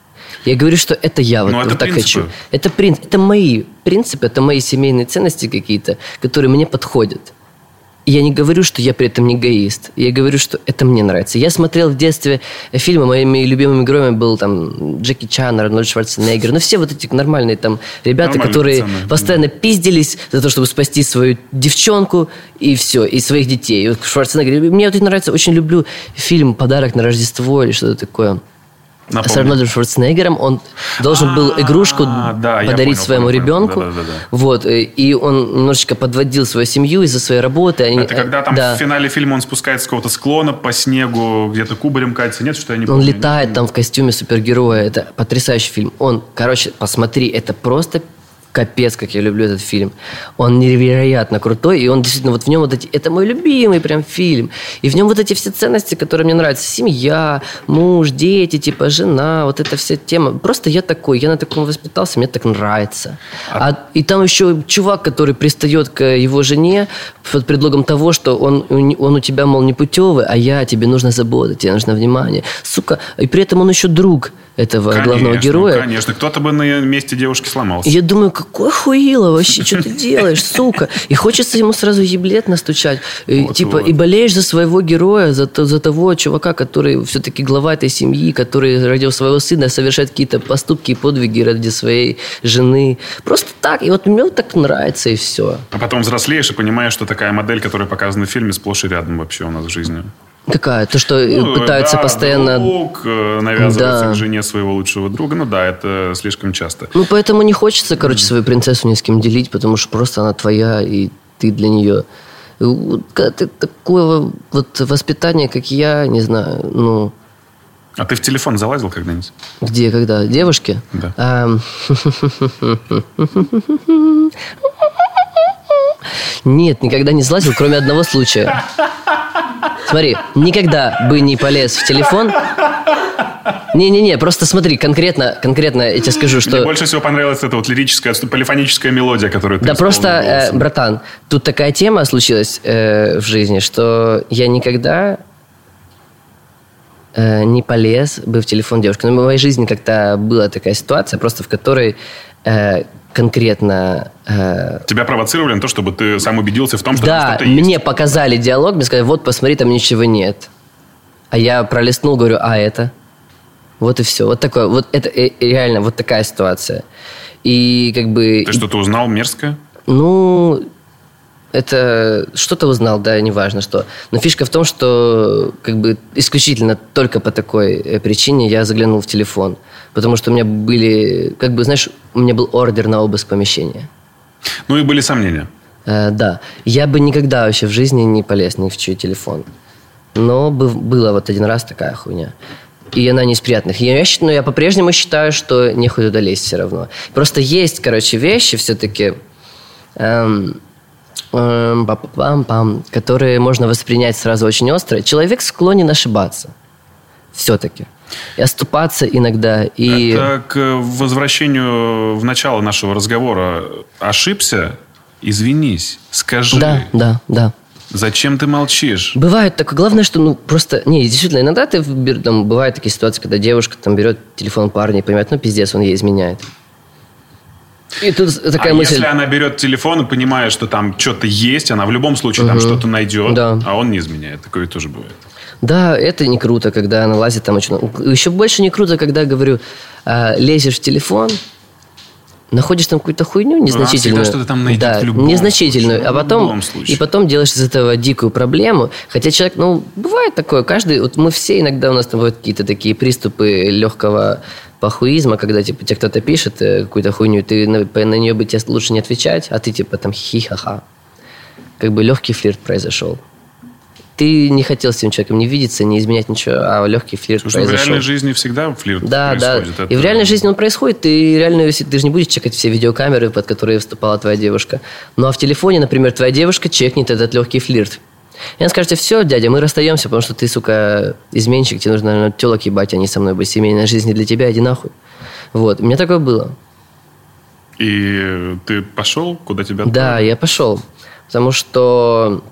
Я говорю, что это я вот, Ну, это вот так принципы. хочу. Это, принцип, это мои принципы, это мои семейные ценности какие-то, которые мне подходят. И я не говорю, что я при этом не эгоист. Я говорю, что это мне нравится. Я смотрел в детстве фильмы, моими любимыми героями был там Джеки Чан, Арнольд Шварценеггер. Ну, все вот эти нормальные там ребята, Нормальные которые пацаны. постоянно пиздились за то, чтобы спасти свою девчонку и все, и своих детей. И вот Шварценеггер. Мне вот это нравится. Очень люблю фильм «Подарок на Рождество» или что-то такое. Напомни. С Арнольдом Шварценеггером он должен был А, игрушку да, я подарить понял, своему понял, понял. ребенку. Да-да-да-да. Вот, э, и он немножечко подводил свою семью из-за своей работы. Они- Это когда там да. в финале фильма он спускается с какого-то склона по снегу, где-то кубарем катится. Нет, что я не Он помню. летает там в костюме супергероя. Это потрясающий фильм. Он, короче, посмотри, это просто капец, как я люблю этот фильм. Он невероятно крутой, и он действительно, вот в нем вот эти... Это мой любимый прям фильм. И в нем вот эти все ценности, которые мне нравятся. Семья, муж, дети, типа жена, вот эта вся тема. Просто я такой, я на таком воспитался, мне так нравится. А, и там еще чувак, который пристает к его жене под предлогом того, что он, он у тебя, мол, не путевый, а я, тебе нужно забота, тебе нужно внимание. Сука, и при этом он еще друг этого Конечно, главного героя. Конечно, кто-то бы на месте девушки сломался. И я думаю, какой хуило вообще, что ты делаешь, сука? И хочется ему сразу еблет настучать. И, Вот, типа, вот. и болеешь за своего героя, за, то- за того чувака, который все-таки глава этой семьи, который ради своего сына совершает какие-то поступки и подвиги ради своей жены. Просто так. И вот мне вот так нравится, и все. А потом взрослеешь и понимаешь, что такая модель, которая показана в фильме, сплошь и рядом вообще у нас в жизни. Какая? То, что Ну, пытаются да, постоянно... друг э, навязывается Да. к жене своего лучшего друга. Ну да, это слишком часто. Ну, поэтому не хочется, короче, свою принцессу ни с кем делить, потому что просто она твоя, и ты для нее... И вот когда ты такое вот воспитание, как я, не знаю, ну... А ты в телефон залазил когда-нибудь? Где, когда? Девушки? Да. Ам. Нет, никогда не залазил, кроме одного случая. смотри, никогда бы не полез в телефон. Не-не-не, просто смотри, конкретно, конкретно я тебе скажу, что... Мне больше всего понравилась эта вот лирическая, полифоническая мелодия, которую ты Да просто, э, братан, тут такая тема случилась э, в жизни, что я никогда э, не полез бы в телефон девушки. Но в моей жизни как-то была такая ситуация, просто в которой э, конкретно... Э, Тебя провоцировали на то, чтобы ты сам убедился в том, что да, там что-то есть. мне показали диалог, мне сказали, вот, посмотри, там ничего нет. А я пролистнул, говорю, а это... Вот и все. Вот такое. Вот это реально вот такая ситуация. И как бы... Ты что-то узнал мерзкое? Ну, это что-то узнал, да, неважно что. Но фишка в том, что как бы исключительно только по такой причине я заглянул в телефон. Потому что у меня были... Как бы, знаешь, у меня был ордер на обыск помещения. Ну и были сомнения. Э, да. Я бы никогда вообще в жизни не полез ни в чей телефон. Но было вот один раз такая хуйня. И она не из приятных. Я, но я по-прежнему считаю, что нехуй туда лезть все равно. Просто есть, короче, вещи все-таки, эм, эм, пам-пам-пам, которые можно воспринять сразу очень остро. Человек склонен ошибаться. Все-таки. И оступаться иногда. И... Это к возвращению в начало нашего разговора. Ошибся? Извинись. Скажи. Да, да, да. Зачем ты молчишь? Бывает такое. Главное, что, ну, просто... Не, действительно, иногда ты, там, бывают такие ситуации, когда девушка там берет телефон парня и понимает, ну, пиздец, он ей изменяет. И тут такая а мысль... если она берет телефон и понимает, что там что-то есть, она в любом случае угу. там что-то найдет, да. а он не изменяет. Такое тоже бывает. Да, это не круто, когда она лазит там очень... Еще больше не круто, когда, говорю, лезешь в телефон... Находишь там какую-то хуйню незначительную. Она что-то там найдет да, в любом незначительную, случае. А потом, и потом делаешь из этого дикую проблему. Хотя человек, ну, бывает такое, каждый, вот мы все иногда, у нас там бывают какие-то такие приступы легкого похуизма, когда, типа, тебе кто-то пишет какую-то хуйню, ты на, на нее бы тебе лучше не отвечать, а ты, типа, там, хи-ха-ха. Как бы легкий флирт произошел. Ты не хотел с этим человеком не видеться, не изменять ничего, а легкий флирт Слушай, произошел. в реальной жизни всегда флирт да, происходит. Да, это... и в реальной жизни он происходит, ты реально, если ты же не будешь чекать все видеокамеры, под которые вступала твоя девушка. Ну, а в телефоне, например, твоя девушка чекнет этот легкий флирт. И она скажет тебе, все, дядя, мы расстаемся, потому что ты, сука, изменщик, тебе нужно, наверное, телок ебать, а не со мной быть. Семейная жизнь не для тебя, иди нахуй. Вот, у меня такое было. И ты пошел, куда тебя отправили? Да, я пошел, потому что...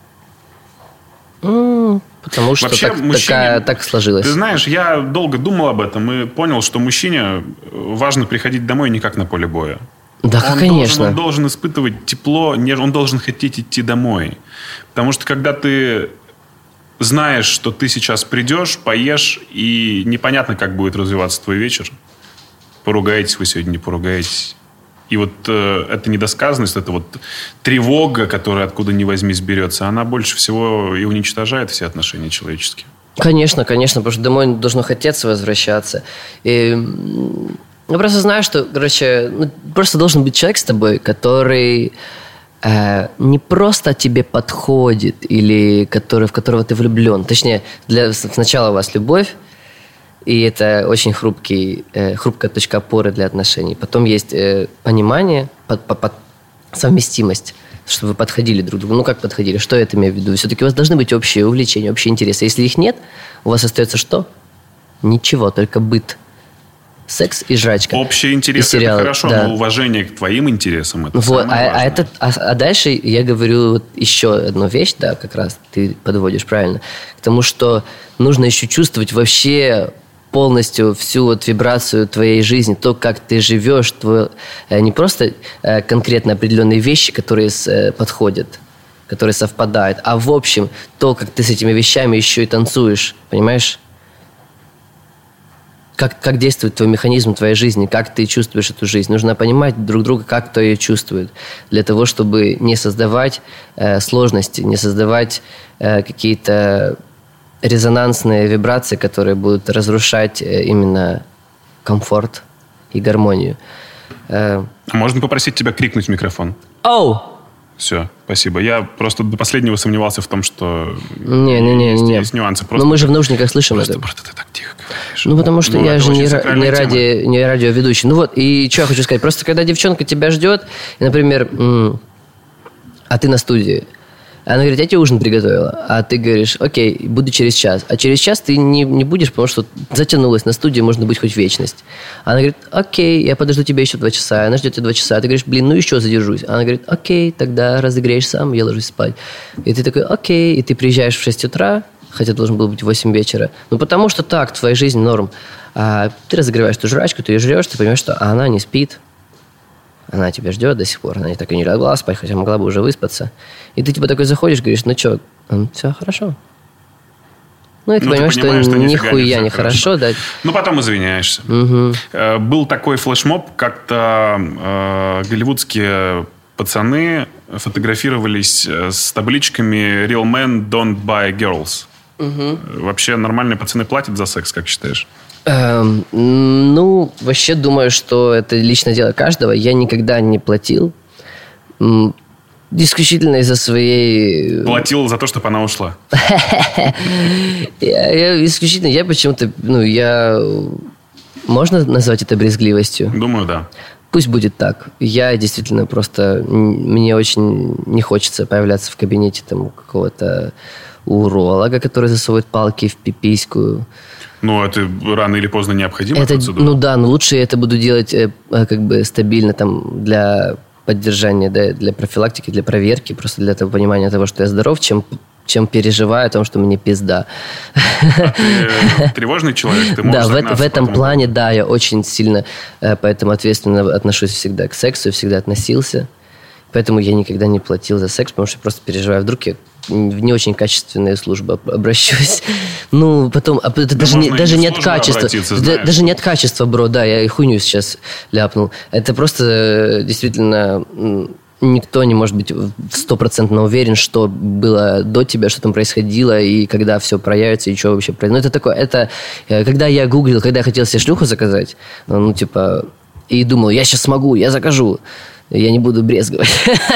Потому что Вообще, так, мужчине, такая, так сложилось. Ты знаешь, я долго думал об этом и понял, что мужчине важно приходить домой не как на поле боя. Да, он конечно. Должен, он должен испытывать тепло, он должен хотеть идти домой. Потому что когда ты знаешь, что ты сейчас придешь, поешь, и непонятно, как будет развиваться твой вечер, поругаетесь вы сегодня, не поругаетесь. И вот э, эта недосказанность, эта вот тревога, которая откуда ни возьмись берется, она больше всего и уничтожает все отношения человеческие. Конечно, конечно, потому что домой должно хотеться возвращаться. И я просто знаю, что, короче, ну, просто должен быть человек с тобой, который э, не просто тебе подходит, или который, в которого ты влюблен. Точнее, для, сначала у вас любовь, и это очень хрупкий, э, хрупкая точка опоры для отношений. Потом есть э, понимание, под, под, под, совместимость, чтобы вы подходили друг к другу. Ну, как подходили? Что я это имею в виду? Все-таки у вас должны быть общие увлечения, общие интересы. Если их нет, у вас остается что? Ничего, только быт. Секс и жрачка. Общие интересы – это хорошо, да. но уважение к твоим интересам – это вот, самое а, важное. А, это, а, а дальше я говорю вот еще одну вещь, да, как раз ты подводишь правильно, к тому, что нужно еще чувствовать вообще полностью всю вот вибрацию твоей жизни, то, как ты живешь, твой, не просто конкретно определенные вещи, которые с, подходят, которые совпадают, а в общем то, как ты с этими вещами еще и танцуешь, понимаешь? Как, как действует твой механизм твоей жизни, как ты чувствуешь эту жизнь. Нужно понимать друг друга, как кто ее чувствует, для того, чтобы не создавать э, сложности, не создавать э, какие-то резонансные вибрации, которые будут разрушать э, именно комфорт и гармонию. Э, а можно попросить тебя крикнуть в микрофон? Оу! Все, спасибо. Я просто до последнего сомневался в том, что не, не, не, есть, не. есть нюансы. Просто, но мы же в наушниках слышим просто, это. Просто ты так тихо говоришь. Ну, потому что ну, я же не, не, ради, ради, не радиоведущий. Ну вот, и что я хочу сказать. Просто когда девчонка тебя ждет, и, например, м- а ты на студии, Она говорит, я тебе ужин приготовила. А ты говоришь, окей, буду через час. А через час ты не, не будешь, потому что затянулась. На студии можно быть хоть вечность. Она говорит, окей, я подожду тебя еще два часа. Она ждет тебя два часа. А ты говоришь, блин, ну еще задержусь. Она говорит, окей, тогда разогреешь сам, я ложусь спать. И ты такой, окей. И ты приезжаешь в шесть утра, хотя должен был быть в восемь вечера. Ну, потому что так, в твоей жизни норм. А ты разогреваешь ту жрачку, ты ее жрешь, ты понимаешь, что она не спит. Она тебя ждет до сих пор. Она так и не легла спать, хотя могла бы уже выспаться. И ты типа такой заходишь, говоришь, ну что, все хорошо. Ну, и ты, ну, понимаешь, ты понимаешь, что, что нихуя не хорошо. Да. Ну, потом извиняешься. Угу. Э, был такой флешмоб, как-то э, голливудские пацаны фотографировались с табличками «Real men don't buy girls». Угу. Вообще нормальные пацаны платят за секс, как считаешь? Эм, ну, вообще думаю, что это личное дело каждого. Я никогда не платил. Исключительно из-за своей... Платил за то, чтобы она ушла. я, исключительно, я почему-то... Ну, я... Можно назвать это брезгливостью? Думаю, да. Пусть будет так. Я действительно просто... Мне очень не хочется появляться в кабинете там, какого-то уролога, который засовывает палки в пипиську. Ну, это рано или поздно необходимо. Это, ну да, но лучше я это буду делать э, как бы стабильно там для поддержания, да, для профилактики, для проверки, просто для того понимания того, что я здоров, чем, чем переживаю о том, что мне пизда. А ты тревожный человек? Ты можешь да, в, в этом плане, да, я очень сильно э, поэтому ответственно отношусь всегда к сексу, всегда относился. Поэтому я никогда не платил за секс, потому что я просто переживаю, вдруг я в не очень качественные службы обращусь. Ну, потом, а это да даже, не, даже не от качества. Да, даже не от качества, бро, да, я и хуйню сейчас ляпнул. Это просто действительно никто не может быть стопроцентно уверен, что было до тебя, что там происходило, и когда все проявится, и что вообще произойдет. Ну, это такое, это, когда я гуглил, когда я хотел себе шлюху заказать, ну, типа, и думал, я сейчас смогу, я закажу. Я не буду брезговать.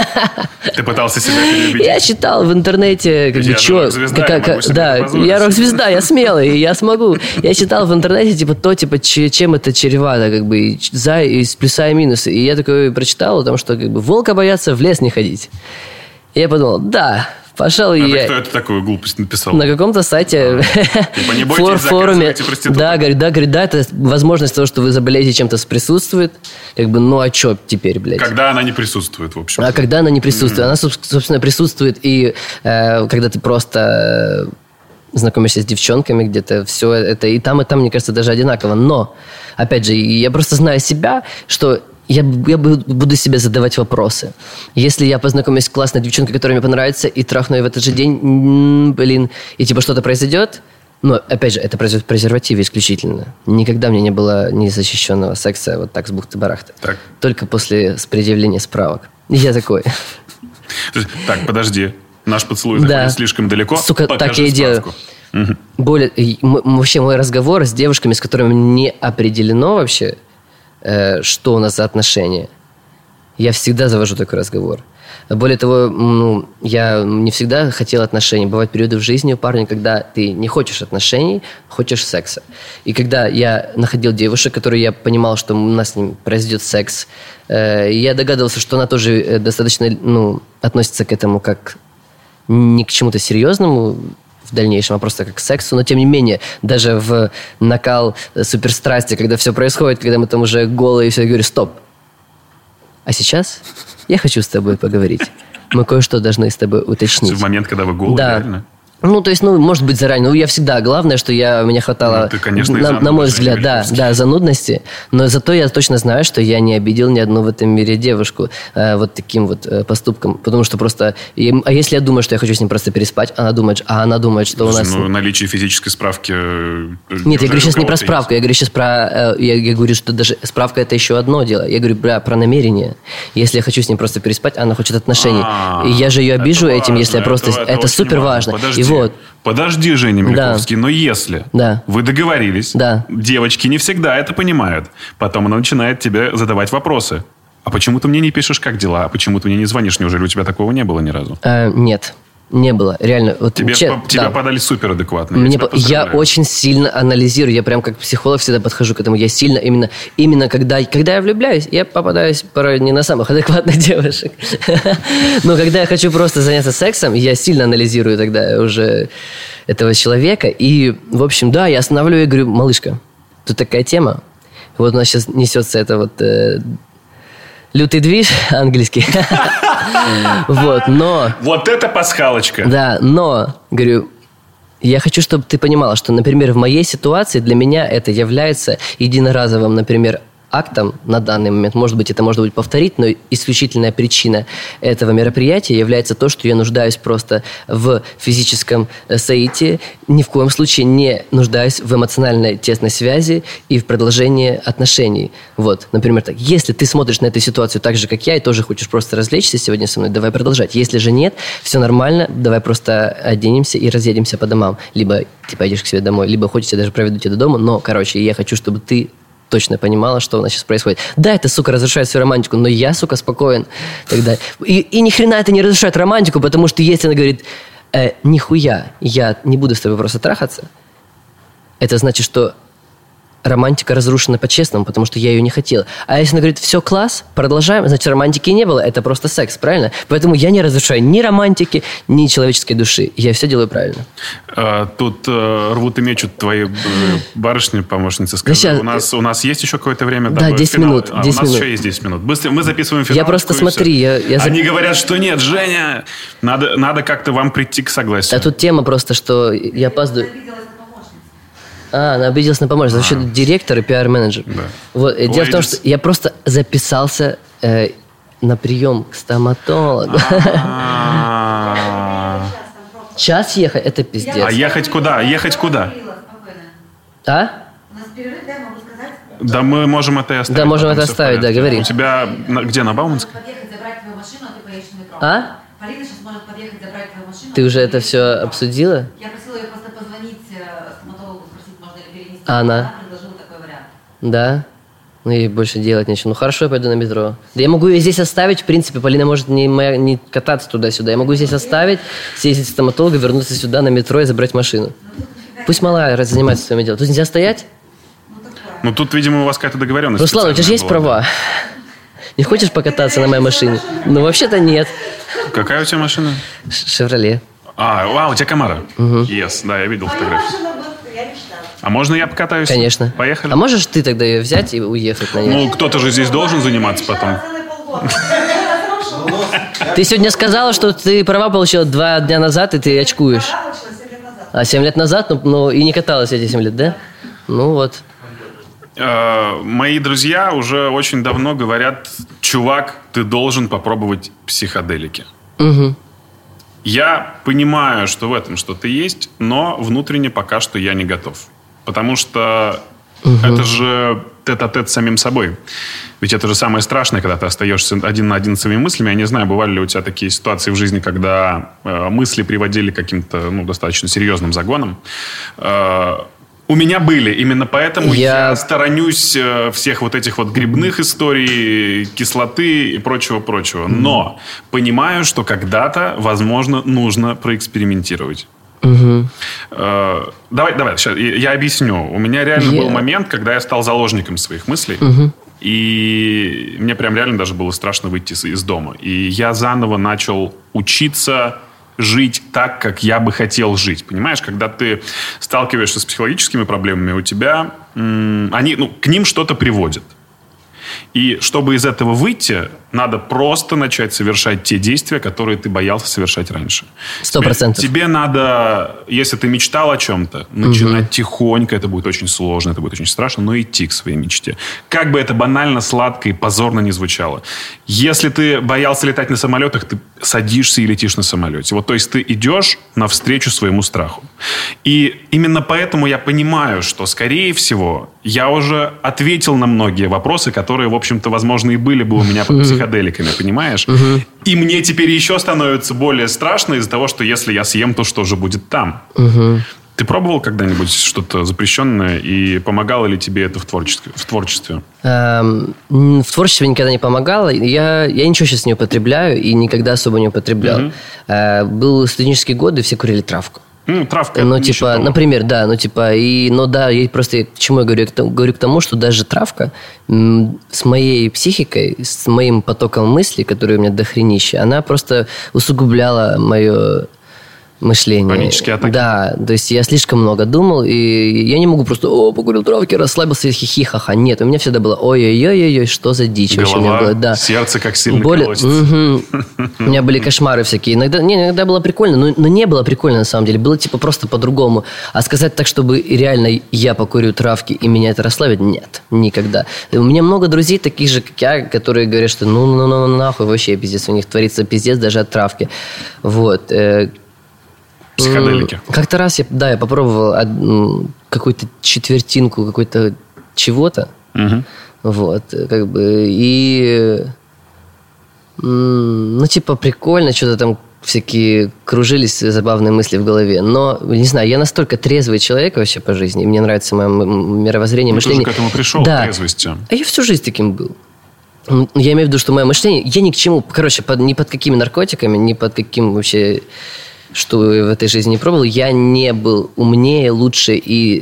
Ты пытался себя переубедить? Я читал в интернете, как я бы, что... Рок-звезда, как, я могу себе да, позволить. я рок-звезда, я смелый, я смогу. Я читал в интернете, типа, то, типа, чем это чревато, как бы, и за, и с плюса и минусы. И я такой прочитал о том, что, как бы, волка боятся в лес не ходить. И я подумал, да, пожалуй, а я... кто это такую глупость написал? На каком-то сайте, типа, не бойтесь, фор, форуме. Да, говорит, да, говорит, да, это возможность того, что вы заболеете чем-то, присутствует. Как бы, ну а что теперь, блядь? Когда она не присутствует, в общем. А когда она не присутствует? Mm-hmm. Она, собственно, присутствует и э, когда ты просто знакомишься с девчонками где-то, все это и там, и там, мне кажется, даже одинаково. Но, опять же, я просто знаю себя, что Я, я буду себе задавать вопросы. Если я познакомлюсь с классной девчонкой, которая мне понравится, и трахну ее в этот же день, м-м, блин, и типа что-то произойдет, но, опять же, это произойдет в презервативе исключительно. Никогда мне не было незащищенного секса вот так с бухты-барахты. Так. Только после предъявления справок. И я такой... Так, подожди. Наш поцелуй заходит слишком далеко. Сука, так я и делаю. Более... Вообще, мой разговор с девушками, с которыми не определено вообще, что у нас за отношения. Я всегда завожу такой разговор. Более того, ну, я не всегда хотел отношений. Бывают периоды в жизни у парня, когда ты не хочешь отношений, хочешь секса. И когда я находил девушек, которые я понимал, что у нас с ним произойдет секс, э, я догадывался, что она тоже достаточно, ну, относится к этому как не к чему-то серьезному в дальнейшем, а просто как к сексу. Но, тем не менее, даже в накал суперстрасти, когда все происходит, когда мы там уже голые, и все, я говорю, стоп. А сейчас я хочу с тобой поговорить. Мы кое-что должны с тобой уточнить. В момент, когда вы голые, да. реально? Ну, то есть, ну, может быть, заранее. Ну, я всегда... Главное, что я, мне хватало, ну, ты, конечно, на, на мой взгляд, да, да, занудности. Но зато я точно знаю, что я не обидел ни одну в этом мире девушку э, вот таким вот э, поступком. Потому что просто... И, а если я думаю, что я хочу с ним просто переспать, она думает, а она думает, что Слушай, у нас... Ну, наличие физической справки... Нет, я говорю сейчас не про справку. Я говорю сейчас про... Э, я, я говорю, что даже справка – это еще одно дело. Я говорю про, про намерение. Если я хочу с ним просто переспать, она хочет отношений. И я же ее обижу этим, если я просто... Это, это супер важно. Подожди. И вот... Подожди, Женя Мельковский, да. но если да. вы договорились, да. девочки не всегда это понимают. Потом она начинает тебе задавать вопросы. А почему ты мне не пишешь, как дела? А почему ты мне не звонишь? Неужели у тебя такого не было ни разу? Э, нет. Не было, реально. Вот, Тебе, че, по, тебе да. подали суперадекватно. Мне по... Я очень сильно анализирую, я прям как психолог всегда подхожу к этому. Я сильно, именно, именно когда, когда я влюбляюсь, я попадаюсь порой не на самых адекватных девушек. Но когда я хочу просто заняться сексом, я сильно анализирую тогда уже этого человека. И, в общем, да, я останавливаю и говорю: малышка, тут такая тема. Вот у нас сейчас несется это вот... Э, лютый движ английский. Вот, но... Вот это пасхалочка. Да, но, говорю, я хочу, чтобы ты понимала, что, например, в моей ситуации для меня это является единоразовым, например, актом на данный момент. Может быть, это может быть повторить, но исключительная причина этого мероприятия является то, что я нуждаюсь просто в физическом соитии, ни в коем случае не нуждаюсь в эмоциональной тесной связи и в продолжении отношений. Вот, например, так. Если ты смотришь на эту ситуацию так же, как я, и тоже хочешь просто развлечься сегодня со мной, давай продолжать. Если же нет, все нормально, давай просто оденемся и разъедемся по домам. Либо ты пойдешь к себе домой, либо хочешь, я даже проведу тебя до дома, но, короче, я хочу, чтобы ты точно понимала, что у нас сейчас происходит. Да, это, сука, разрушает всю романтику, но я, сука, спокоен тогда. И, и ни хрена это не разрушает романтику, потому что если она говорит: э, нихуя, я не буду с тобой просто трахаться, это значит, что романтика разрушена по-честному, потому что я ее не хотел. А если она говорит: все, класс, продолжаем, значит, романтики не было, это просто секс, правильно? Поэтому я не разрушаю ни романтики, ни человеческой души. Я все делаю правильно. А, тут а, рвут и мечут твои барышни, помощницы. Скажи, сейчас... у, нас, у нас есть еще какое-то время? Да, десять финал? минут. А, десять у нас минут. еще есть десять минут. Быстро, мы записываем финал. Я просто смотри. Я, я... Они говорят, что нет, Женя, надо, надо как-то вам прийти к согласию. А тут тема просто, что я опаздываю. А, она обиделась на помощницу. Вообще директор и пиар-менеджер. Да. Вот, Ой, дело в том, что я просто записался э, на прием к стоматологу. Час ехать, это пиздец. А ехать куда? Ехать куда? А? У нас перерыв, да, могу сказать? Да мы можем это и оставить. Да, можем потом это всё в оставить, да, порядке. говори. У тебя на- где, на Бауманской? Подъехать, забрать твою машину, а ты поедешь на метро. А? Полина сейчас может подъехать, забрать твою машину. Ты а уже это поедешь все на метро. обсудила? Я просила ее просто позвонить э, стоматологу, спросить, можно ли перенести. А она? Она предложила такой вариант. Да? Ну и больше делать нечего. Ну хорошо, я пойду на метро. Да я могу ее здесь оставить, в принципе. Полина может не, моя, не кататься туда-сюда. Я могу здесь оставить, съездить к стоматологу, вернуться сюда на метро и забрать машину. Пусть малая раз занимается своим делом. Тут нельзя стоять? Ну тут, видимо, у вас какая-то договоренность. Руслан, у тебя же есть специальная была. права? Не хочешь покататься на моей машине? Ну вообще-то нет. Какая у тебя машина? Ш- Шевроле. А, а, у тебя Камара. Yes, да, я видел фотографию. А можно я покатаюсь? Конечно. Поехали? А можешь ты тогда ее взять и уехать на ней? Ну, кто-то же здесь должен заниматься потом. Ты сегодня сказала, что ты права получила два дня назад, и ты очкуешь. А семь лет назад? Ну, ну и не каталась эти семь лет, да? Ну вот. Э, Мои друзья уже очень давно говорят: чувак, ты должен попробовать психоделики. Угу. Я понимаю, что в этом что-то есть, но внутренне пока что я не готов. Потому что угу. это же тет-а-тет с самим собой. Ведь это же самое страшное, когда ты остаешься один на один с своими мыслями. Я не знаю, бывали ли у тебя такие ситуации в жизни, когда э, мысли приводили к каким-то ну, достаточно серьезным загонам. Э, У меня были. Именно поэтому я, я сторонюсь э, всех вот этих вот грибных историй, кислоты и прочего-прочего. Но понимаю, что когда-то, возможно, нужно проэкспериментировать. Угу. Э, давай, давай, сейчас я, я объясню. У меня реально Yeah. был момент, когда я стал заложником своих мыслей. Угу. И мне прям реально даже было страшно выйти из, из дома. И я заново начал учиться жить так, как я бы хотел жить. Понимаешь, когда ты сталкиваешься с психологическими проблемами, у тебя... М- они, ну, к ним что-то приводит. И чтобы из этого выйти, надо просто начать совершать те действия, которые ты боялся совершать раньше. Сто процентов. Тебе надо, если ты мечтал о чем-то, начинать угу. тихонько. Это будет очень сложно, это будет очень страшно, но идти к своей мечте. Как бы это банально, сладко и позорно не звучало. Если ты боялся летать на самолетах, ты садишься и летишь на самолете. Вот, то есть ты идешь навстречу своему страху. И именно поэтому я понимаю, что, скорее всего, я уже ответил на многие вопросы, которые, в общем-то, возможно, и были бы у меня под психоделиками, понимаешь? Uh-huh. И мне теперь еще становится более страшно из-за того, что если я съем, то что же будет там? Uh-huh. Ты пробовал когда-нибудь что-то запрещенное, и помогало ли тебе это в творчестве? В творчестве, Эм, в творчестве никогда не помогало. Я, я ничего сейчас не употребляю и никогда особо не употреблял. Угу. Э, был студенческие годы, все курили травку. Ну, травка. Ну, типа, например, да, ну, типа, и, ну, да, я просто к чему я говорю? Я говорю к тому, что даже травка м, с моей психикой, с моим потоком мыслей, который у меня дохренища, она просто усугубляла мое мышление. Панические атаки. Да, то есть я слишком много думал, и я не могу просто, о, покурил травки, расслабился, хихи-ха-ха. Нет, у меня всегда было, ой-ой-ой-ой, что за дичь. Голова, вообще у меня было, да. сердце как сильно Более... колотится. Угу. У меня были кошмары всякие. Иногда, не, иногда было прикольно, но, но не было прикольно на самом деле. Было типа просто по-другому. А сказать так, чтобы реально я покурю травки и меня это расслабит, нет, никогда. У меня много друзей таких же, как я, которые говорят, что ну, ну, ну, нахуй, вообще пиздец. У них творится пиздец даже от травки. Вот. Психоделики. Как-то раз я, да, я попробовал од- какую-то четвертинку какой-то чего-то. Угу. Вот, как бы, и м, ну, типа, прикольно, что-то там всякие кружились забавные мысли в голове. Но, не знаю, я настолько трезвый человек вообще по жизни, и мне нравится мое м- мировоззрение, Ты мышление. тоже к этому пришел, да. к трезвости. А я всю жизнь таким был. Ну, я имею в виду, что мое мышление, я ни к чему, короче, под, ни под какими наркотиками, ни под каким вообще, что в этой жизни не пробовал, я не был умнее, лучше и,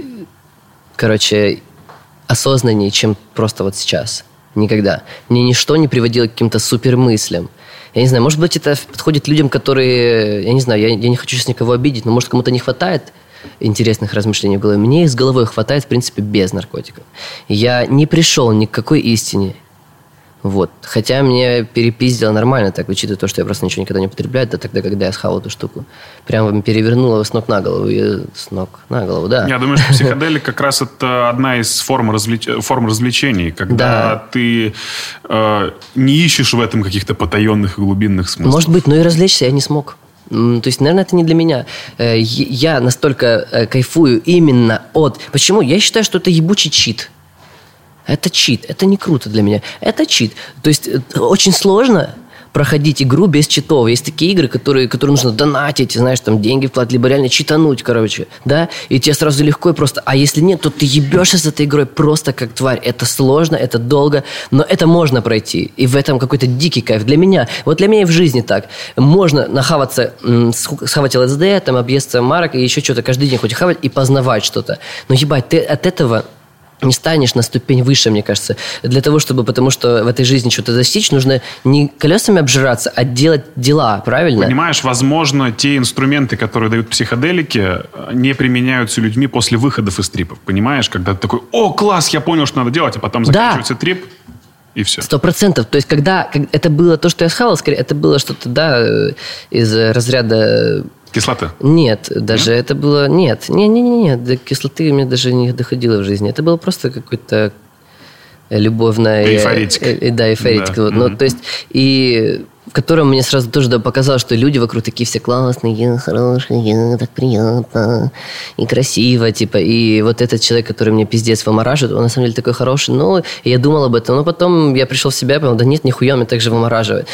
короче, осознаннее, чем просто вот сейчас. Никогда. Мне ничто не приводило к каким-то супермыслям. Я не знаю, может быть, это подходит людям, которые... Я не знаю, я, я не хочу сейчас никого обидеть, но, может, кому-то не хватает интересных размышлений в голове. Мне их с головой хватает, в принципе, без наркотиков. Я не пришел ни к какой истине. Вот. Хотя мне перепиздило нормально, так, учитывая то, что я просто ничего никогда не употребляю, да тогда, когда я схавал эту штуку. Прям перевернуло с ног на голову. И с ног на голову, да. Я думаю, что психоделик как раз это одна из форм, развлеч... форм развлечений, когда Да. ты э, не ищешь в этом каких-то потаенных и глубинных смыслов. Может быть, но и развлечься я не смог. М, То есть, наверное, это не для меня. Э, е- Я настолько э, кайфую именно от... Почему? Я считаю, что это ебучий чит. Это чит. Это не круто для меня. Это чит. То есть, э, очень сложно проходить игру без читов. Есть такие игры, которые, которые нужно донатить, знаешь, там деньги вкладывать, либо реально читануть, короче, да, и тебе сразу легко и просто. А если нет, то ты ебешься с этой игрой просто как тварь. Это сложно, это долго, но это можно пройти. И в этом какой-то дикий кайф. Для меня, вот для меня и в жизни так. Можно нахаваться, м, сху- схавать ЛСД, там, объесться марок и еще что-то каждый день хоть хавать и познавать что-то. Но ебать, ты от этого... не станешь на ступень выше, мне кажется. Для того, чтобы, потому что в этой жизни что-то достичь, нужно не колесами обжираться, а делать дела, правильно? Понимаешь, возможно, те инструменты, которые дают психоделики, не применяются людьми после выходов из трипов. Понимаешь, когда ты такой, о, класс, я понял, что надо делать, а потом Да. заканчивается трип, и все. Сто процентов. То есть, когда, как- это было то, что я схавал, скорее, это было что-то, да, э, из разряда... Кислота. Нет, даже это было... Нет, не-не-не, до кислоты у меня даже не доходило в жизни. Это было просто какой-то любовная... Эйфоритик. э, э, Да, эйфоритик. Да. Вот. Ну, Мгм. то есть, и в котором мне сразу тоже да, показалось, что люди вокруг такие все классные, хорошие, так приятно и красиво, типа. И вот этот человек, который мне пиздец вымораживает, он на самом деле такой хороший. Ну, и я думал об этом. Но потом я пришел в себя и понял, да нет, нихуя, он меня так же вымораживает.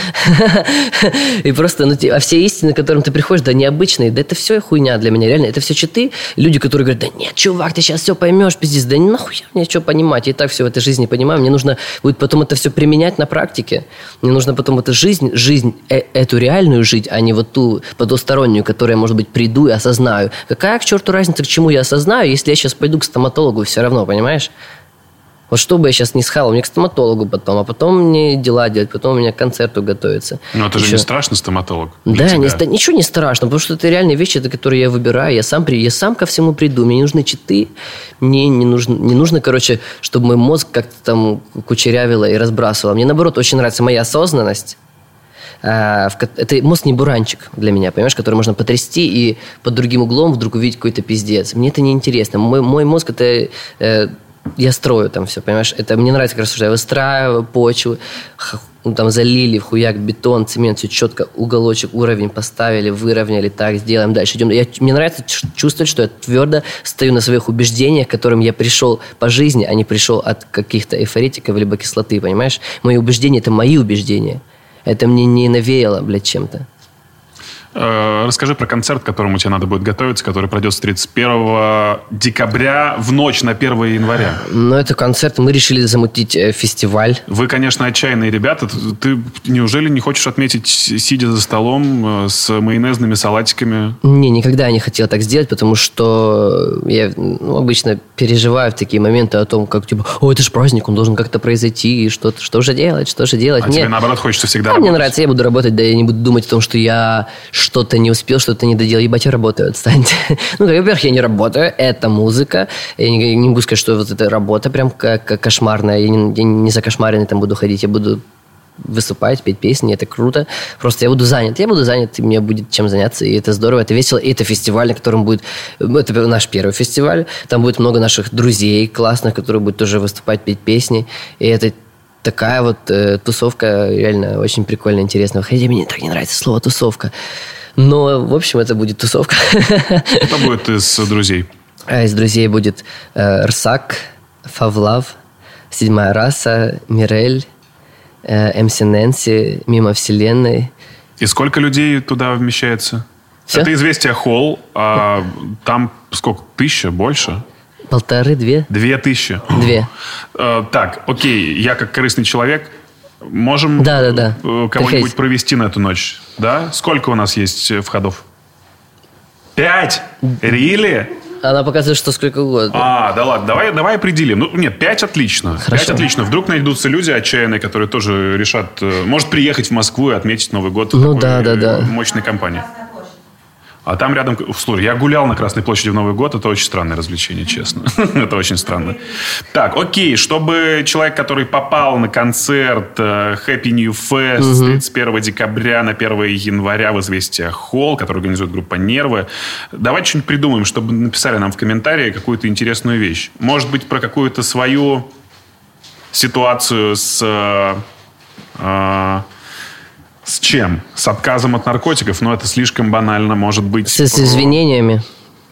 И просто, ну, а все истины, к которым ты приходишь, да необычные, да это все хуйня для меня, реально. Это все читы. Люди, которые говорят, да нет, чувак, ты сейчас все поймешь, пиздец. Да нахуя мне что понимать? Я и так все в этой жизни понимаю. Мне нужно будет потом это все применять на практике. Мне нужно потом эту жизнь, жизнь э- эту реальную жить, а не вот ту потустороннюю, которую я, может быть, приду и осознаю. Какая к черту разница, к чему я осознаю, если я сейчас пойду к стоматологу все равно, понимаешь? Вот что бы я сейчас не схавал, мне к стоматологу потом, а потом мне дела делать, потом у меня к концерту готовиться. Но это же Еще. не страшно, стоматолог? для Да, тебя? не ста- ничего не страшно, потому что это реальные вещи, это, которые я выбираю. Я сам, при- я сам ко всему приду. Мне не нужны читы, мне не нужно, не нужно, короче, чтобы мой мозг как-то там кучерявило и разбрасывало. Мне, наоборот, очень нравится моя осознанность. А, в ко- это мозг не буранчик для меня, понимаешь, который можно потрясти и под другим углом вдруг увидеть какой-то пиздец. Мне это не интересно. Мой, мой мозг это... э, я строю там все, понимаешь? Это мне нравится как раз, что я выстраиваю почву, х- ну, там залили в хуяк бетон, цемент, все четко, уголочек, уровень поставили, выровняли, так, сделаем дальше. Идем. Я, мне нравится ч- чувствовать, что я твердо стою на своих убеждениях, к которым я пришел по жизни, а не пришел от каких-то эйфоритиков либо кислоты, понимаешь? Мои убеждения – это мои убеждения. Это мне не навеяло, блядь, чем-то. Э, расскажи про концерт, к которому тебе надо будет готовиться, который пройдет с тридцать первого декабря в ночь на первое января. Ну, это концерт. Мы решили замутить э, фестиваль. Вы, конечно, отчаянные ребята. Ты неужели не хочешь отметить, сидя за столом э, с майонезными салатиками? Не, никогда я не хотел так сделать, потому что я ну, обычно переживаю в такие моменты о том, как, типа, о, это же праздник, он должен как-то произойти, и что, что же делать, что же делать. А Нет. тебе, наоборот, хочется всегда а работать? Мне нравится, я буду работать, да я не буду думать о том, что я что-то не успел, что-то не доделал. Ебать, я работаю, отстаньте. Ну, во-первых, я не работаю, это музыка. Я не, не могу сказать, что вот эта работа прям как, как кошмарная. Я не, я не за кошмаренной там буду ходить, я буду выступать, петь песни, это круто. Просто я буду занят. Я буду занят, и мне будет чем заняться, и это здорово, это весело. И это фестиваль, на котором будет... Это наш первый фестиваль. Там будет много наших друзей классных, которые будут тоже выступать, петь песни. И это такая вот э, тусовка реально очень прикольная, интересная. Хотя мне так не нравится слово «тусовка». Но, в общем, это будет тусовка. Кто будет из друзей? А из друзей будет э, Рсак, Фавлав, Седьмая раса, Мирель, эм си Нэнси, Мимо Вселенной. И сколько людей туда вмещается? Все? Это «Известия Холл», а там сколько? Тысяча? Больше? Полторы-две? Две тысячи? Две. Э, так, окей, я как корыстный человек, можем Да, да, да. э, кого-нибудь Приходите. провести на эту ночь? Да? Сколько у нас есть входов? Пять? Рили? Она показывает, что сколько угодно. А, да ладно, давай, давай определим. Ну, нет, пять отлично. Хорошо. Пять отлично. Вдруг найдутся люди отчаянные, которые тоже решат, э, может, приехать в Москву и отметить Новый год в Ну такой да, да, да. мощной компании. А там рядом... Слушай, я гулял на Красной площади в Новый год. Это очень странное развлечение, честно. Это очень странно. Так, окей. Чтобы человек, который попал на концерт э, Happy New Fest с тридцать первого декабря на первое января в «Известия Холл», который организует группа «Нервы», давайте что-нибудь придумаем, чтобы написали нам в комментарии какую-то интересную вещь. Может быть, про какую-то свою ситуацию с... э, э, С чем? С отказом от наркотиков? Но это слишком банально, может быть. С, с извинениями.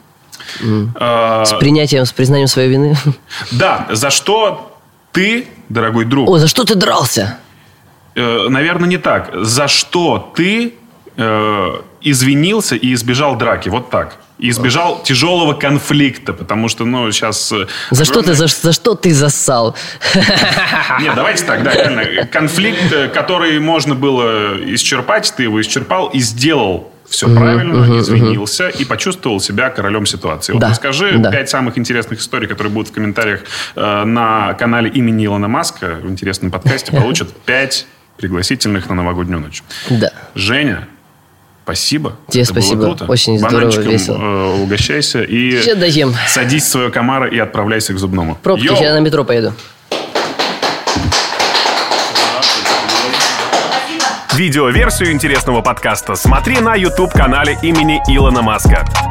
Э, С принятием, с признанием своей вины. Да, за что ты, дорогой друг, О, за что ты дрался? э, наверное, не так. За что ты э, извинился и избежал драки? Вот так. И избежал тяжелого конфликта, потому что, ну, сейчас... э, За что ты, огромное- за, за что ты зассал? Нет, давайте так, да, реально. Конфликт, э, который можно было исчерпать, ты его исчерпал и сделал все правильно, извинился и почувствовал себя королем ситуации. Вот Да, расскажи да. пять самых интересных историй, которые будут в комментариях э, на канале имени Илона Маска в интересном подкасте, получат пять пригласительных на новогоднюю ночь. Да. Женя, спасибо. Тебе Это было спасибо. круто. Очень здорово, Бананчиком, весело. э, угощайся и Сейчас доем. садись в свою камару и отправляйся к зубному. Пробки, Йоу! сейчас на метро поеду. Видеоверсию интересного подкаста смотри на YouTube-канале имени Илона Маска.